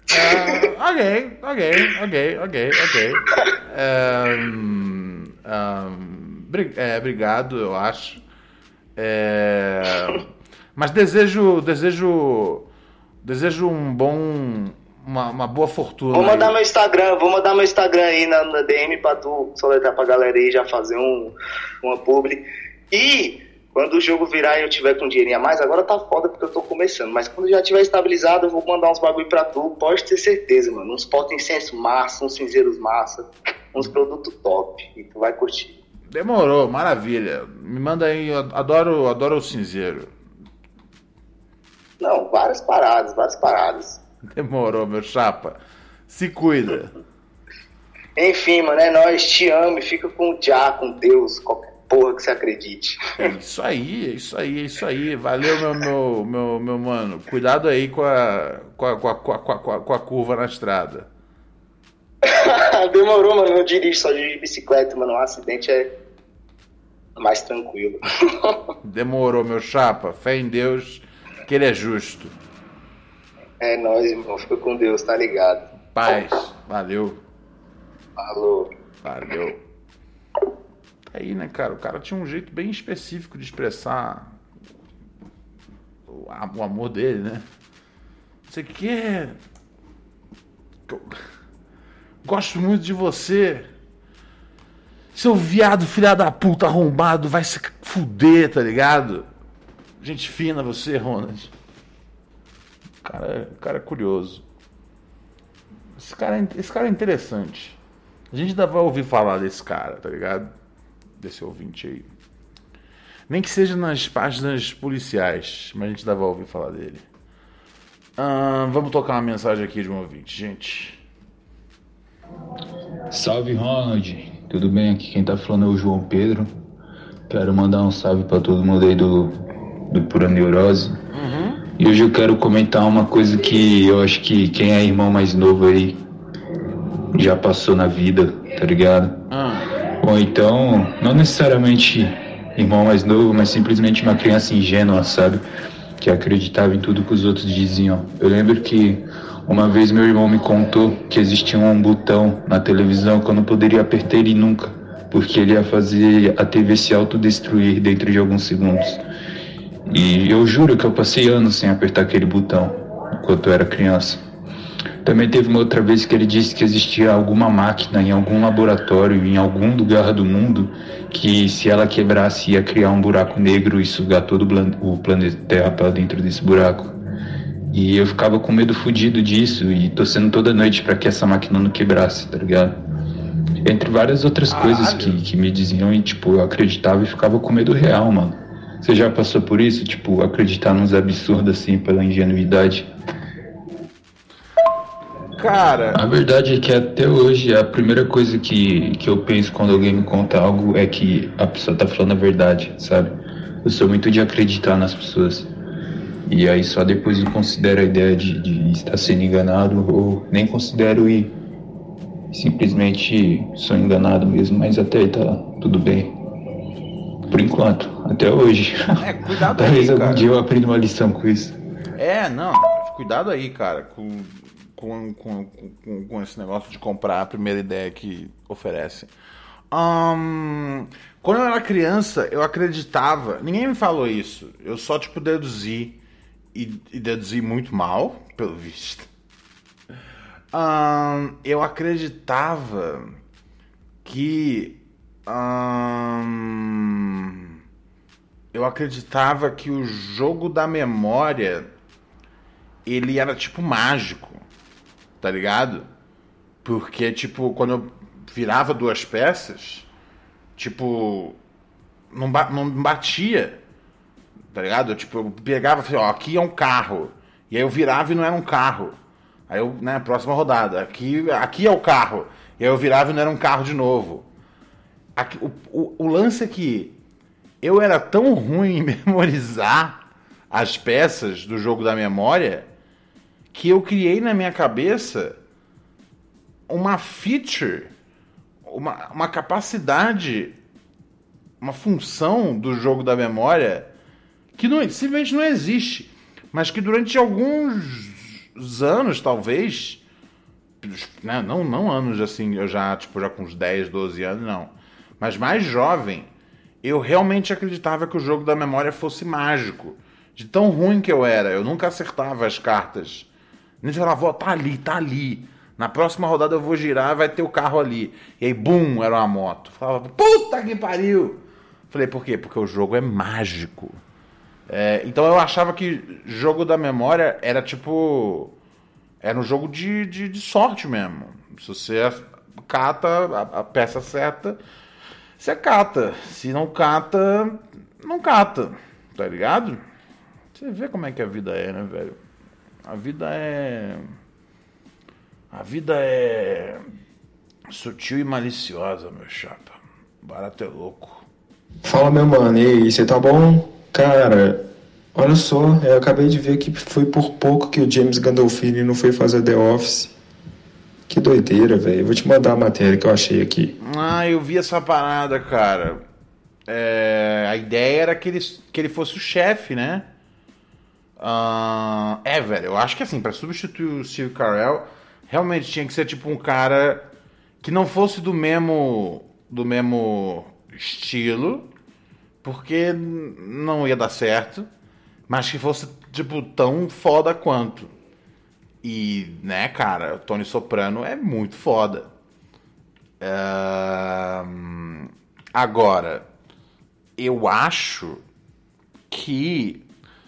C: Ah, ok, ok, ok, ok, ok. Um, um, bri- é, obrigado, eu acho. É, mas desejo, desejo Desejo um bom... Uma, uma boa fortuna.
F: Vou mandar
C: aí.
F: meu Instagram, vou mandar meu Instagram aí na, na D M pra tu soletrar pra galera aí, já fazer um, uma publi. E quando o jogo virar e eu tiver com um dinheirinho a mais, agora tá foda porque eu tô começando, mas quando já tiver estabilizado eu vou mandar uns bagulho pra tu, pode ter certeza, mano. Uns potes incenso massa, uns cinzeiros massa, uns produtos top, e tu vai curtir.
C: Demorou, maravilha. Me manda aí, eu adoro, adoro o cinzeiro.
F: Não, várias paradas, várias paradas.
C: Demorou, meu chapa. Se cuida.
F: Enfim, mano, é nóis, te amo e fica com o Já, com Deus, qualquer porra que você acredite.
C: É isso aí, é isso aí, é isso aí. Valeu, meu, meu, meu, meu mano. Cuidado aí com a, com a, com a, com a, com a, com a curva na estrada.
F: Demorou, mano, eu dirijo só de bicicleta, mano, um acidente é mais tranquilo.
C: Demorou, meu chapa. Fé em Deus, que ele é justo.
F: É nóis, irmão. Fica com Deus, tá ligado?
C: Paz. Valeu.
F: Falou.
C: Valeu. Aí, né, cara? O cara tinha um jeito bem específico de expressar o, o amor dele, né? Você quer... Gosto muito de você. Seu viado, filha da puta, arrombado, vai se fuder, tá ligado? Gente fina você, Ronald. O cara, o cara é curioso. Esse cara, é, esse cara é interessante. A gente ainda vai ouvir falar desse cara, tá ligado? Desse ouvinte aí. Nem que seja nas páginas policiais, mas a gente ainda vai ouvir falar dele. Ah, vamos tocar uma mensagem aqui de um ouvinte, gente.
G: Salve, Ronald. Tudo bem? Aqui quem tá falando é o João Pedro. Quero mandar um salve pra todo mundo aí do, do Pura Neurose. Uhum. E hoje eu quero comentar uma coisa que eu acho que quem é irmão mais novo aí já passou na vida, tá ligado? Uhum. Ou então, não necessariamente irmão mais novo, mas simplesmente uma criança ingênua, sabe? Que acreditava em tudo que os outros diziam. Eu lembro que uma vez meu irmão me contou que existia um botão na televisão que eu não poderia apertar ele nunca, porque ele ia fazer a T V se autodestruir dentro de alguns segundos. E eu juro que eu passei anos sem apertar aquele botão, enquanto eu era criança. Também teve uma outra vez que ele disse que existia alguma máquina em algum laboratório, em algum lugar do mundo, que se ela quebrasse ia criar um buraco negro e sugar todo o planeta Terra para dentro desse buraco. E eu ficava com medo fudido disso e torcendo toda noite pra que essa máquina não quebrasse, tá ligado? Entre várias outras Caralho. coisas que, que me diziam e, tipo, eu acreditava e ficava com medo real, mano. Você já passou por isso? Tipo, acreditar nos absurdos assim pela ingenuidade?
C: Cara...
G: A verdade é que até hoje a primeira coisa que, que eu penso quando alguém me conta algo é que a pessoa tá falando a verdade, sabe? Eu sou muito de acreditar nas pessoas. E aí só depois eu considero a ideia de, de estar sendo enganado, ou nem considero e simplesmente sou enganado mesmo, mas até aí tá tudo bem. Por enquanto, até hoje.
C: É, cuidado
G: Talvez
C: aí,
G: algum
C: cara.
G: dia eu aprenda uma lição com isso.
C: É, não, cuidado aí, cara, com, com, com, com, com esse negócio de comprar a primeira ideia que oferecem. Um, quando eu era criança, eu acreditava, ninguém me falou isso, eu só, tipo, deduzi. E, e deduzir muito mal, pelo visto. Um, eu acreditava que... Um, eu acreditava que o jogo da memória, ele era tipo mágico, tá ligado? Porque, tipo, quando eu virava duas peças, tipo, não, ba- não batia. Tá ligado? Eu, tipo, eu pegava e falei, ó, aqui é um carro. E aí eu virava e não era um carro. Aí eu, né, próxima rodada. Aqui, aqui é o carro. E aí eu virava e não era um carro de novo. Aqui, o, o, o lance é que eu era tão ruim em memorizar as peças do jogo da memória que eu criei na minha cabeça uma feature, uma, uma capacidade, uma função do jogo da memória que não, simplesmente não existe, mas que durante alguns anos, talvez, né, não, não anos assim, eu já, tipo, já com uns dez, doze anos, não, mas mais jovem, eu realmente acreditava que o jogo da memória fosse mágico, De tão ruim que eu era. Eu nunca acertava as cartas. Nem falava, ó, tá ali, tá ali. Na próxima rodada eu vou girar, vai ter o carro ali. E aí, bum, era uma moto. Falava, puta que pariu! Falei, por quê? Porque o jogo é mágico. É, então eu achava que jogo da memória era tipo... Era um jogo de, de, de sorte mesmo. Se você cata a, a peça certa, você cata. Se não cata, não cata. Tá ligado? Você vê como é que a vida é, né, velho? A vida é... A vida é sutil e maliciosa, meu chapa. Barato é louco.
H: Fala, meu mano, e aí, você tá bom? Cara, olha só, eu acabei de ver que foi por pouco que o James Gandolfini não foi fazer The Office. Que doideira, velho. Eu vou te mandar a matéria que eu achei aqui.
C: Ah, eu vi essa parada, cara. É... A ideia era que ele, que ele fosse o chefe, né? Uh... É, velho, eu acho que assim, pra substituir o Steve Carell... Realmente tinha que ser tipo um cara que não fosse do mesmo do mesmo estilo, porque não ia dar certo, mas que fosse tipo tão foda quanto. E, né, cara, o Tony Soprano é muito foda. Uh... Agora, eu acho que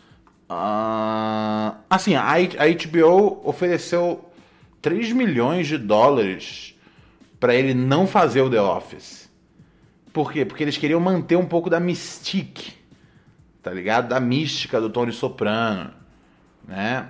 C: uh... assim, a H B O ofereceu três milhões de dólares pra ele não fazer o The Office. Por quê? Porque eles queriam manter um pouco da mystique, tá ligado? Da mística do Tony Soprano, né?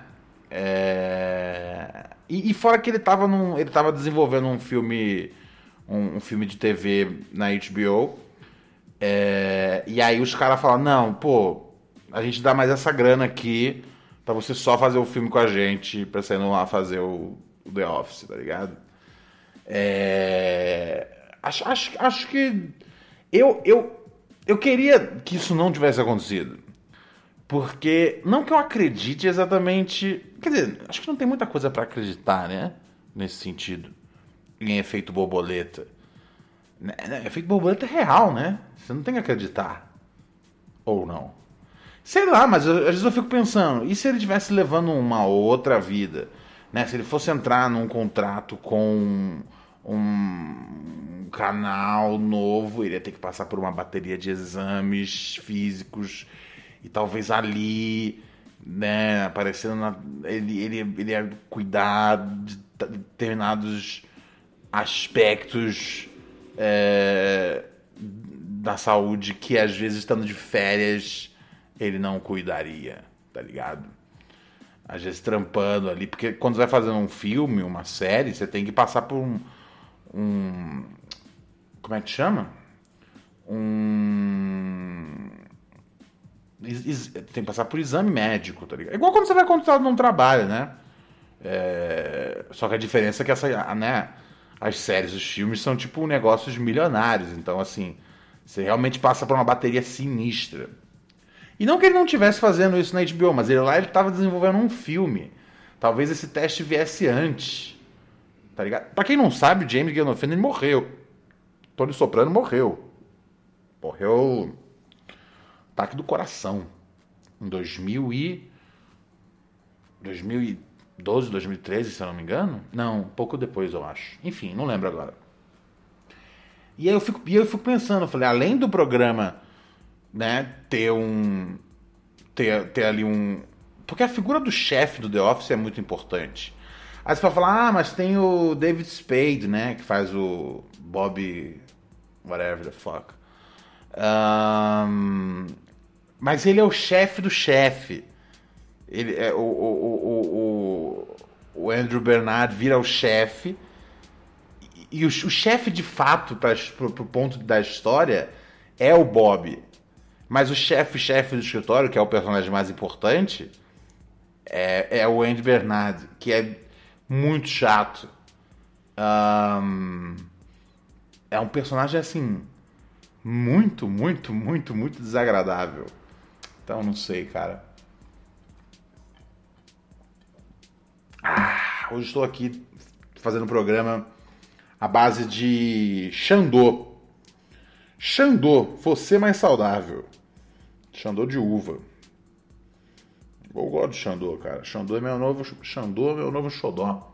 C: É... E, e fora que ele tava, num, ele tava desenvolvendo um filme, um, um filme de T V na H B O, é... e aí os caras falaram, não, pô, a gente dá mais essa grana aqui pra você só fazer o filme com a gente, pra você não lá fazer o o The Office, tá ligado? É... Acho, acho, acho que eu, eu, eu queria que isso não tivesse acontecido. Porque, não que eu acredite exatamente... Quer dizer, acho que não tem muita coisa pra acreditar, né? Nesse sentido. Em efeito borboleta. Efeito borboleta é real, né? Você não tem que acreditar. Ou não. Sei lá, mas eu, às vezes eu fico pensando, e se ele estivesse levando uma outra vida? Né, se ele fosse entrar num contrato com um canal novo, ele ia ter que passar por uma bateria de exames físicos e talvez ali, né, aparecendo na, ele, ele, ele ia cuidar de determinados aspectos é, da saúde que às vezes estando de férias ele não cuidaria, tá ligado? Às vezes trampando ali, porque quando você vai fazendo um filme, uma série, você tem que passar por um, um como é que chama? Um tem que passar por exame médico, tá ligado? É igual quando você vai contratar num trabalho, né? É... Só que a diferença é que essa, né, as séries, os filmes são tipo negócios milionários, então assim, você realmente passa por uma bateria sinistra. E não que ele não estivesse fazendo isso na H B O, mas ele lá ele estava desenvolvendo um filme. Talvez esse teste viesse antes. Tá ligado? Pra quem não sabe, James Gandolfini morreu. Tony Soprano morreu. Morreu... Ataque do coração. Em dois mil e... dois mil e doze, dois mil e treze, se eu não me engano. Não, pouco depois, eu acho. Enfim, não lembro agora. E aí eu fico, e eu fico pensando, eu falei, além do programa... Né, ter um ter, ter ali um... Porque a figura do chefe do The Office é muito importante. Aí você pode falar, ah, mas tem o David Spade, né, que faz o Bob whatever the fuck. Um, mas ele é o chefe do chefe. Ele é o, o, o, o, o Andrew Bernard vira o chefe e, e o, o chefe de fato para o ponto da história é o Bob. Mas o chefe-chefe do escritório, que é o personagem mais importante, é, é o Andy Bernard, que é muito chato. Um, é um personagem, assim, muito, muito, muito, muito desagradável. Então, não sei, cara. Ah, hoje estou aqui fazendo um programa à base de Xandô. Xandô, você mais saudável. Xandô de uva. Eu gosto de Xandô, cara. Xandô é meu novo, Xandô é meu novo xodó.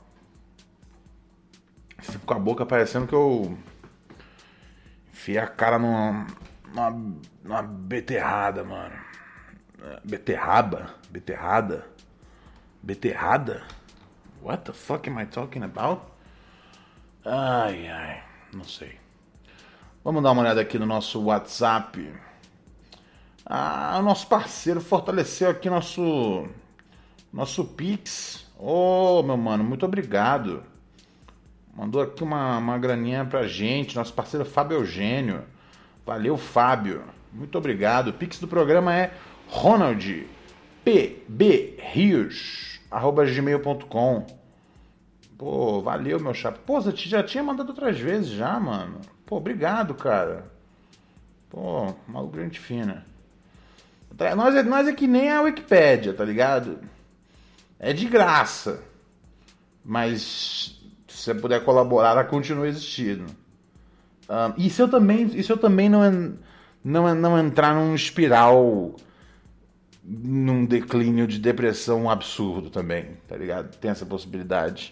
C: Fico com a boca parecendo que eu enfiei a cara numa, numa, numa beterrada, mano. Beterraba? Beterrada? Beterrada? What the fuck am I talking about? Ai, ai, não sei. Vamos dar uma olhada aqui no nosso WhatsApp. Ah, o nosso parceiro fortaleceu aqui nosso nosso Pix. Ô, oh, meu mano, muito obrigado. Mandou aqui uma, uma graninha pra gente, nosso parceiro Fábio Eugênio. Valeu, Fábio. Muito obrigado. O Pix do programa é ronald p b rios arroba gmail ponto com. Pô, valeu, meu chapa. Pô, você já tinha mandado outras vezes já, mano. Pô, obrigado, cara. Pô, maluco, gente fina. Nós é, nós é que nem a Wikipédia, tá ligado? É de graça. Mas se você puder colaborar, ela continua existindo. Um, e se eu também, e se eu também não, não, não entrar num espiral, num declínio de depressão absurdo também, tá ligado? Tem essa possibilidade.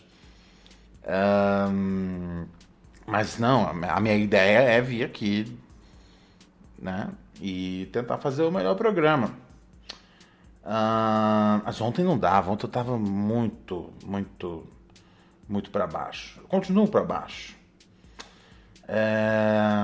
C: Um, mas não, a minha ideia é vir aqui, né? E tentar fazer o melhor programa. Uh, mas ontem não dava, ontem eu tava muito, muito, muito pra baixo. Eu continuo pra baixo. É...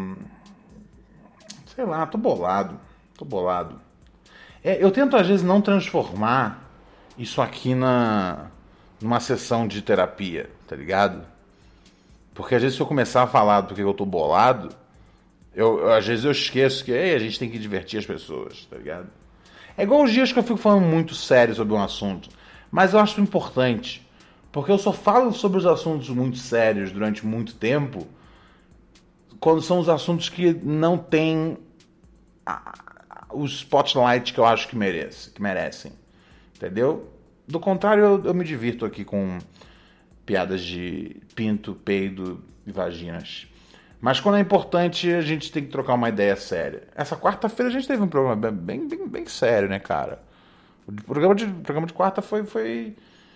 C: Sei lá, tô bolado. Tô bolado. É, eu tento às vezes não transformar isso aqui na, numa sessão de terapia, tá ligado? Porque às vezes se eu começar a falar do que eu tô bolado, Eu, eu, às vezes eu esqueço que ei, a gente tem que divertir as pessoas, tá ligado? É igual os dias que eu fico falando muito sério sobre um assunto. Mas eu acho importante. Porque eu só falo sobre os assuntos muito sérios durante muito tempo quando são os assuntos que não têm a, a, o spotlight que eu acho que, merece, que merecem. Entendeu? Do contrário, eu, eu me divirto aqui com piadas de pinto, peido e vaginas. Mas quando é importante, a gente tem que trocar uma ideia séria. Essa quarta-feira a gente teve um programa bem, bem, bem sério, né, cara? O programa de, o programa de quarta foi, foi,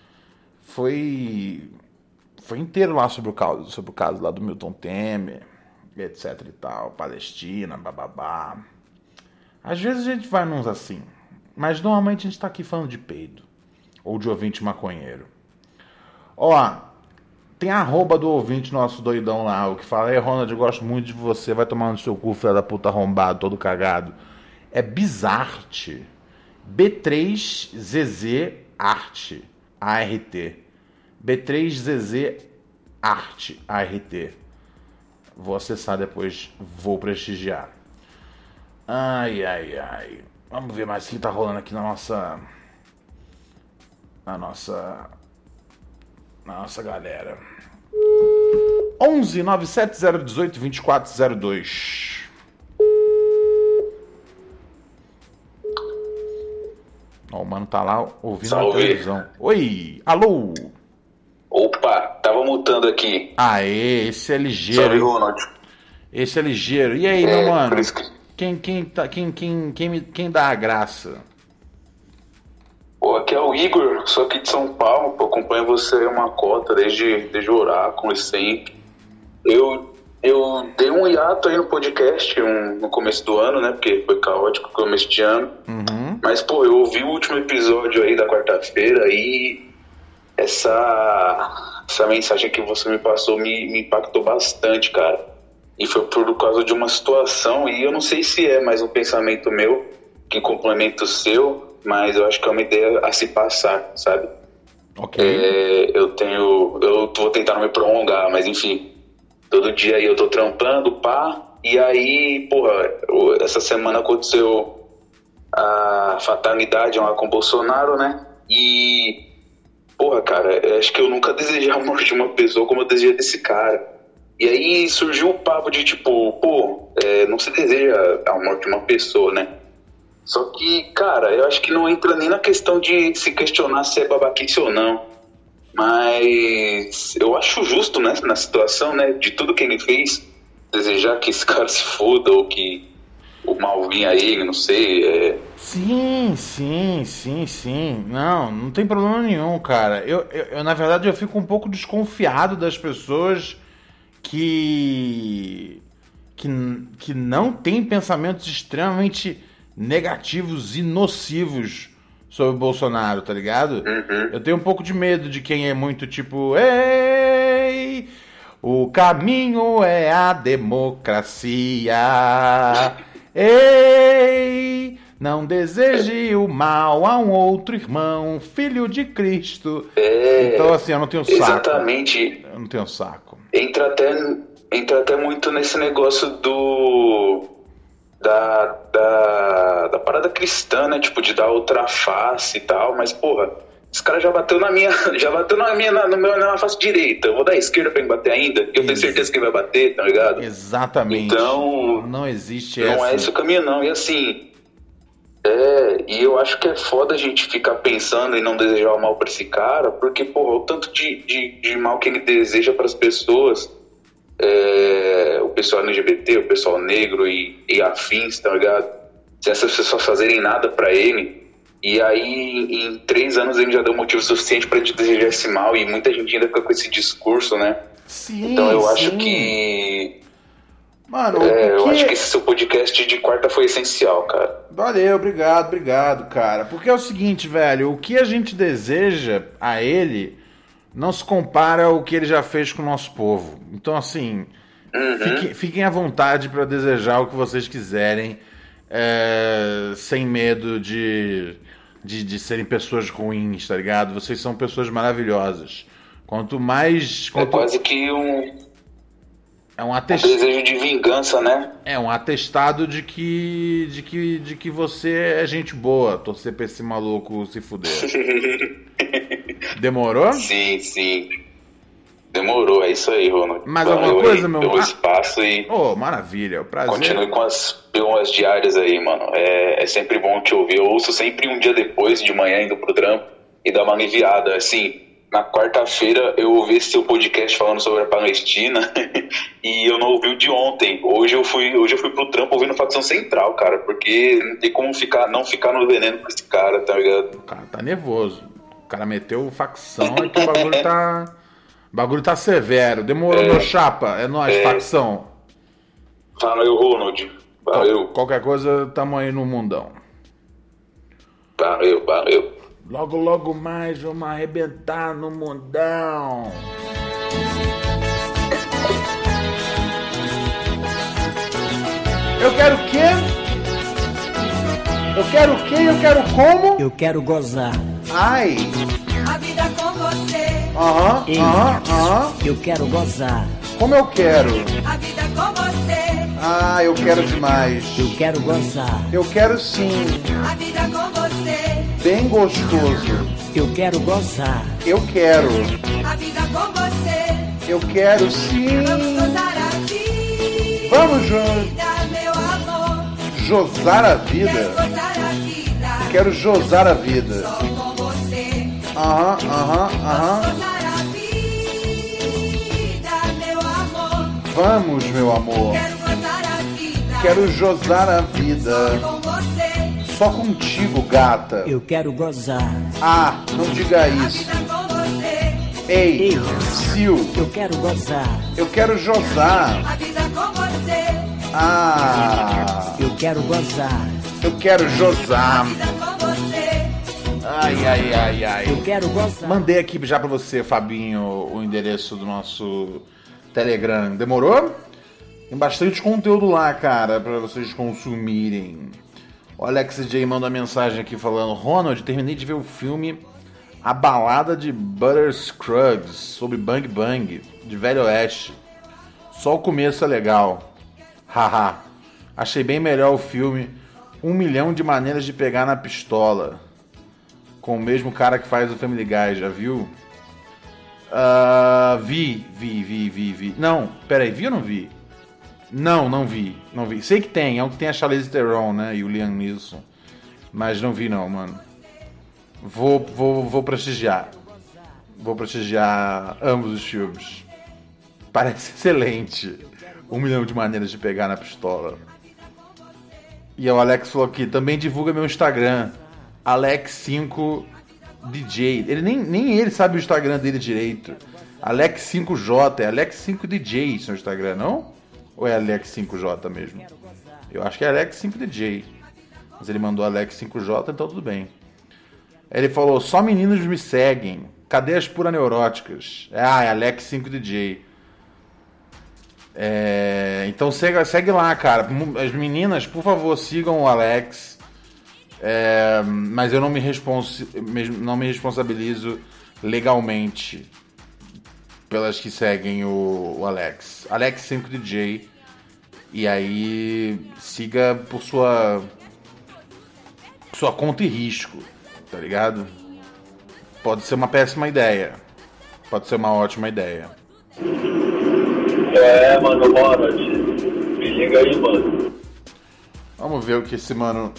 C: foi, foi inteiro lá sobre o caso, sobre o caso lá do Milton Temer, etc e tal, Palestina, bababá. Às vezes a gente vai nos assim, mas normalmente a gente tá aqui falando de peido, ou de ouvinte maconheiro. Ó... Tem a arroba do ouvinte nosso doidão lá, o que fala: ei, Ronald, eu gosto muito de você, vai tomar no seu cu, filho da puta arrombado, todo cagado. É Bizarte. B três Z Z Arte, A R T. B três Z Z Arte, A R T. Vou acessar depois, vou prestigiar. Ai, ai, ai. Vamos ver mais o que tá rolando aqui na nossa... Na nossa... Na nossa galera. onze nove sete zero um oito dois quatro zero dois. Ó, o mano tá lá ouvindo
I: Salve.
C: A televisão. Oi, alô.
I: Opa, tava mutando aqui.
C: Aê, esse é ligeiro.
I: Salve,
C: hein?
I: Ronald.
C: Esse é ligeiro. E aí,
I: É,
C: meu mano?
I: por isso que-
C: Quem, quem, tá, quem, quem, quem, me- quem dá a graça?
I: Pô, aqui é o Igor, sou aqui de São Paulo, pô, acompanho você uma cota desde, desde o oráculo e sempre. Eu, eu dei um hiato aí no podcast um, no começo do ano, né, porque foi caótico o começo de ano.
C: Uhum.
I: Mas, pô, eu ouvi o último episódio aí da quarta-feira e essa, essa mensagem que você me passou me, me impactou bastante, cara. E foi por causa de uma situação, e eu não sei se é mais um pensamento meu que complementa o seu, mas eu acho que é uma ideia a se passar, sabe?
C: Ok.
I: É, eu tenho... Eu vou tentar não me prolongar, mas enfim. Todo dia aí eu tô trampando, pá. E aí, porra, essa semana aconteceu a fatalidade lá com o Bolsonaro, né? E... Porra, cara, acho que eu nunca desejei a morte de uma pessoa como eu desejei desse cara. E aí surgiu o papo de tipo, pô, é, não se deseja a morte de uma pessoa, né? Só que, cara, eu acho que não entra nem na questão de se questionar se é babaquice ou não. Mas eu acho justo, né, na situação, né, de tudo que ele fez, desejar que esse cara se foda ou que o mal vinha a ele, não sei. É...
C: Sim, sim, sim, sim. Não, não tem problema nenhum, cara. Eu, eu, eu, na verdade, eu fico um pouco desconfiado das pessoas que, que, que não têm pensamentos extremamente negativos e nocivos sobre o Bolsonaro, tá ligado?
I: Uhum.
C: Eu tenho um pouco de medo de quem é muito tipo, ei, o caminho é a democracia. Ei, não deseje o mal a um outro irmão, filho de Cristo.
I: É,
C: então, assim, eu não tenho saco.
I: Exatamente.
C: Eu não tenho saco.
I: Entra até, entra até muito nesse negócio do... Da, da, da parada cristã, né? Tipo, de dar outra face e tal. Mas, porra, esse cara já bateu na minha... Já bateu na minha, na, no meu, na face direita. Eu vou dar a esquerda pra ele bater ainda. Eu tenho certeza que ele vai bater, tá ligado?
C: Exatamente.
I: Então...
C: Não existe
I: não
C: essa...
I: Não é esse o caminho, não. E assim... É, e eu acho que é foda a gente ficar pensando em não desejar o mal pra esse cara, porque, porra, o tanto de, de, de mal que ele deseja pras pessoas, é, o pessoal L G B T, o pessoal negro e, e afins, tá ligado? Se essas pessoas fazerem nada pra ele, e aí em três anos ele já deu motivo suficiente pra te desejar esse mal, e muita gente ainda fica com esse discurso, né?
C: Sim,
I: então eu
C: sim.
I: acho que...
C: Mano,
I: é, eu
C: que...
I: acho que esse seu podcast de quarta foi essencial, cara.
C: Valeu, obrigado, obrigado, cara. Porque é o seguinte, velho, o que a gente deseja a ele não se compara ao que ele já fez com o nosso povo. Então, assim,
I: uhum.
C: fiquem, fiquem à vontade para desejar o que vocês quiserem, é, sem medo de, de, de serem pessoas ruins, tá ligado? Vocês são pessoas maravilhosas. Quanto mais... Quanto...
I: É quase que um...
C: É um,
I: atest... um desejo de vingança, né?
C: É um atestado de que, de que, de que você é gente boa, torcer pra esse maluco se fuder. Demorou?
I: Sim, sim. Demorou, é isso aí, Ronald.
C: Mais alguma coisa,
I: aí,
C: meu?
I: Deu espaço e...
C: Oh, maravilha, o prazer.
I: Continue com as pelas diárias aí, mano. É, é sempre bom te ouvir. Eu ouço sempre um dia depois, de manhã, indo pro trampo, e dá uma aliviada, assim... Na quarta-feira eu ouvi seu podcast falando sobre a Palestina e eu não ouvi o de ontem. Hoje eu fui, hoje eu fui pro trampo ouvindo Facção Central, cara, porque não tem como ficar, não ficar no veneno com esse cara, tá ligado?
C: O cara tá nervoso. O cara meteu facção e que o bagulho tá... O bagulho tá severo. Demorou, é, meu chapa. É nóis, é, facção.
I: Valeu, Ronald. Valeu.
C: Qualquer coisa, tamo aí no mundão.
I: Valeu, valeu.
C: Logo, logo mais, vamos arrebentar no mundão. Eu quero o quê? Eu quero o quê? Eu quero como?
J: Eu quero gozar.
C: Ai.
K: A vida com você.
C: Aham, aham, aham.
J: Eu quero gozar.
C: Como eu quero?
K: A vida com você.
C: Ah, eu quero demais.
J: Eu quero gozar.
C: Eu quero sim.
K: A vida com você.
C: Bem gostoso.
J: Eu quero gozar.
C: Eu quero.
K: A vida com você.
C: Eu quero sim.
K: Vamos gozar a vida.
C: Vamos, Jo.
K: Meu amor.
C: Josar a vida.
K: Quero gozar a vida.
C: Quero josar a vida.
K: Só com você.
C: Aham, aham, aham.
K: Vamos gozar a vida, meu amor.
C: Vamos, meu amor.
K: Quero gozar a vida.
C: Quero josar a vida.
K: Só com você.
C: Só contigo, gata.
J: Eu quero gozar.
C: Ah, não diga isso. Ei,
J: Ei,
C: Sil.
J: Eu quero gozar.
C: Eu quero josar.
K: A vida com você.
C: Ah.
J: Eu quero gozar.
C: Eu quero josar.
K: A vida com você.
C: Ai, ai, ai, ai.
J: Eu quero gozar.
C: Mandei aqui já pra você, Fabinho, o endereço do nosso Telegram. Demorou? Tem bastante conteúdo lá, cara, pra vocês consumirem. O Alex J manda uma mensagem aqui falando: Ronald, terminei de ver o filme A Balada de Butter Scruggs, sobre Bang Bang, de Velho Oeste. Só o começo é legal. Haha. Achei bem melhor o filme Um Milhão de Maneiras de Pegar na Pistola, com o mesmo cara que faz o Family Guy, já viu? Uh, vi, vi, vi, vi, vi. Não, peraí, vi ou não vi? Não, não vi, não vi. Sei que tem, é um que tem a Charlize Theron, né, e o Liam Neeson. Mas não vi não, mano. Vou, vou, vou prestigiar. Vou prestigiar ambos os filmes. Parece excelente. Um milhão de maneiras de pegar na pistola. E o Alex falou aqui, também divulga meu Instagram, Alex cinco D J. Ele nem, nem ele sabe o Instagram dele direito. Alex cinco J, é Alex cinco D J seu Instagram, não? Ou é Alex cinco J mesmo? Eu acho que é Alex cinco D J. Mas ele mandou Alex cinco J, então tudo bem. Ele falou, só meninos me seguem. Cadê as pura neuróticas? Ah, é Alex cinco D J. É, então segue, segue lá, cara. As meninas, por favor, sigam o Alex. É, mas eu não me, respons, não me responsabilizo legalmente pelas que seguem o, o Alex. Alex cinco D J. E aí siga por sua sua conta e risco, tá ligado? Pode ser uma péssima ideia. Pode ser uma ótima ideia.
L: É, mano, boa noite. Me liga aí, mano.
C: Vamos ver o que esse mano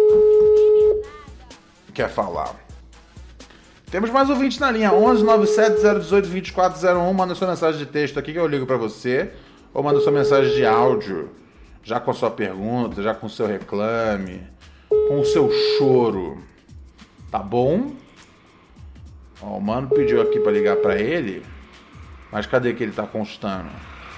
C: quer falar. Temos mais ouvinte na linha. onze nove sete zero um oito dois quatro zero um. Manda sua mensagem de texto aqui que eu ligo pra você. Ou manda sua mensagem de áudio. Já com a sua pergunta, já com o seu reclame. Com o seu choro. Tá bom? Ó, o mano pediu aqui pra ligar pra ele. Mas cadê que ele tá constando?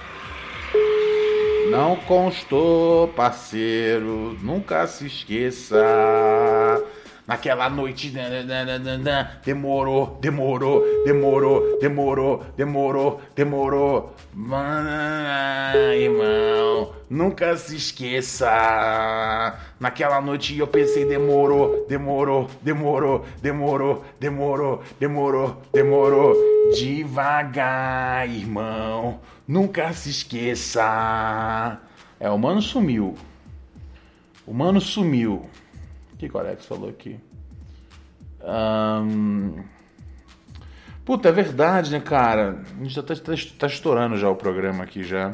C: Não constou, parceiro. Nunca se esqueça. Naquela noite. Demorou, demorou, demorou, demorou, demorou, demorou. Mano, irmão. Nunca se esqueça. Naquela noite eu pensei, demorou, demorou, demorou, demorou, demorou, demorou, demorou. Devagar, irmão. Nunca se esqueça. É, o mano sumiu. O mano sumiu. O que o Alex falou aqui? Um... Puta, é verdade, né, cara? A gente já tá, tá, tá estourando já o programa aqui já.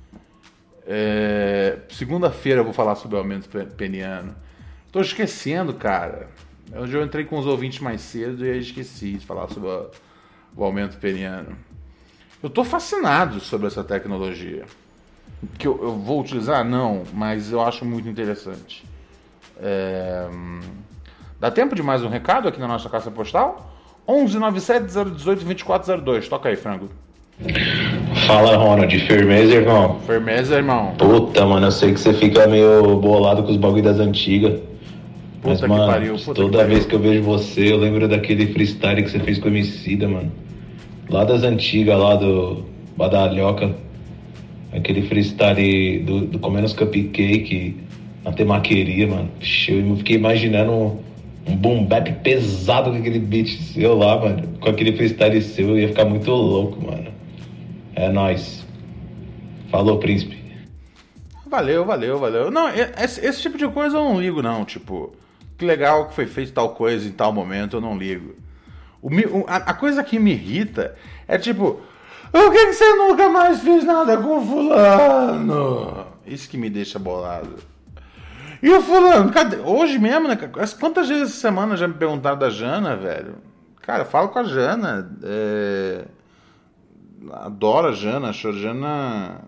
C: É... Segunda-feira eu vou falar sobre o aumento peniano. Tô esquecendo, cara. Hoje eu entrei com os ouvintes mais cedo e aí esqueci de falar sobre o, o aumento peniano. Eu tô fascinado sobre essa tecnologia. Que eu, eu vou utilizar? Não, mas eu acho muito interessante. É... Dá tempo de mais um recado aqui na nossa caixa postal? onze nove sete zero um oito dois quatro zero dois. Toca aí, frango.
L: Fala, Ronald. Firmeza, irmão?
C: Firmeza, irmão.
L: Puta, mano, eu sei que você fica meio bolado com os bagulho das antigas. Mas,
C: puta
L: mano,
C: que pariu, puta
L: toda
C: que pariu.
L: vez que eu vejo você, eu lembro daquele freestyle que você fez com o Emicida, mano. Lá das antigas, lá do Badalhoca. Aquele freestyle do, do Comendo os Cupcake na temaqueria, mano. Eu fiquei imaginando um, um boom bap pesado com aquele beat seu lá, mano. Com aquele freestyle seu, eu ia ficar muito louco, mano. É nóis. Falou, príncipe.
C: Valeu, valeu, valeu. Não, esse, esse tipo de coisa eu não ligo, não. Tipo, que legal que foi feito tal coisa em tal momento, eu não ligo. O, a, a coisa que me irrita é tipo, por que, que você nunca mais fez nada com fulano? Isso que me deixa bolado. E o fulano, cadê? Hoje mesmo, né? Quantas vezes essa semana já me perguntaram da Jana, velho? Cara, fala com a Jana. É... Adoro a Jana. Acho a Jana,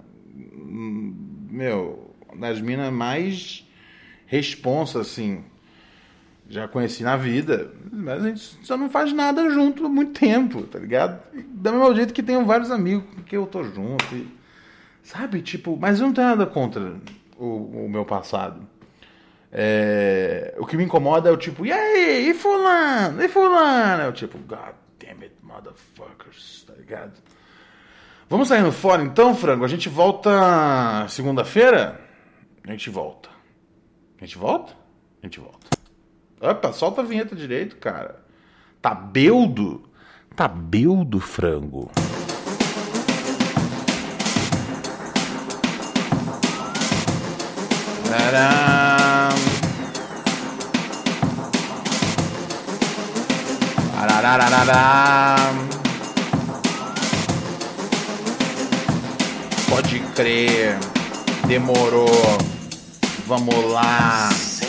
C: meu, das minas mais responsa, assim. Já conheci na vida, mas a gente só não faz nada junto há muito tempo, tá ligado? Da mesma jeito que tenho vários amigos com quem eu tô junto, e, sabe? Tipo, mas eu não tenho nada contra o, o meu passado. É, o que me incomoda é o tipo, e aí, e fulano, e fulano? É o tipo, God damn it, motherfuckers, tá ligado? Vamos saindo fora então, frango? A gente volta segunda-feira? A gente volta. A gente volta? A gente volta. Opa, solta a vinheta direito, cara. Tá beldo? Tá beldo, frango. Tcharam. Arararararam. Pode crer. Demorou. Vamos lá.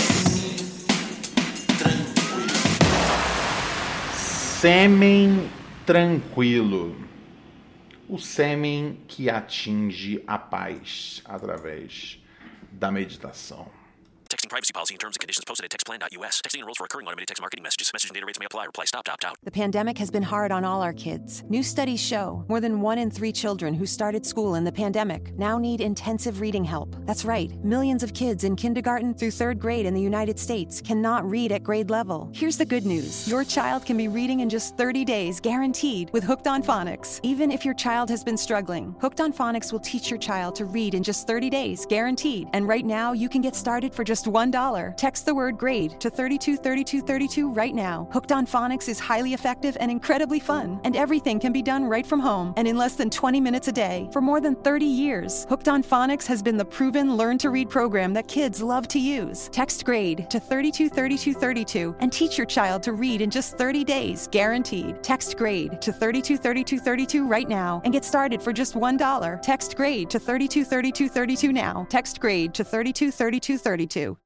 C: Sêmen tranquilo. O sêmen que atinge a paz através da meditação.
D: Text Texting privacy policy and terms and conditions posted at text plan dot U S. Texting enrolls for recurring automated text marketing messages. Message and data rates may apply. Reply stop to opt out.
E: The pandemic has been hard on all our kids. New studies show more than one in three children who started school in the pandemic now need intensive reading help. That's right. Millions of kids in kindergarten through third grade in the United States cannot read at grade level. Here's the good news. Your child can be reading in just thirty days, guaranteed, with Hooked on Phonics. Even if your child has been struggling, Hooked on Phonics will teach your child to read in just thirty days, guaranteed. And right now, you can get started for just one dollar. Text the word GRADE to thirty-two thirty-two thirty-two right now. Hooked on Phonics is highly effective and incredibly fun. And everything can be done right from home and in less than twenty minutes a day. For more than thirty years, Hooked on Phonics has been the proven learn-to-read program that kids love to use. Text GRADE to thirty-two thirty-two thirty-two and teach your child to read in just thirty days, guaranteed. Text GRADE to thirty-two thirty-two thirty-two right now and get started for just one dollar. Text GRADE to thirty-two thirty-two thirty-two now. Text GRADE to thirty-two thirty-two thirty-two.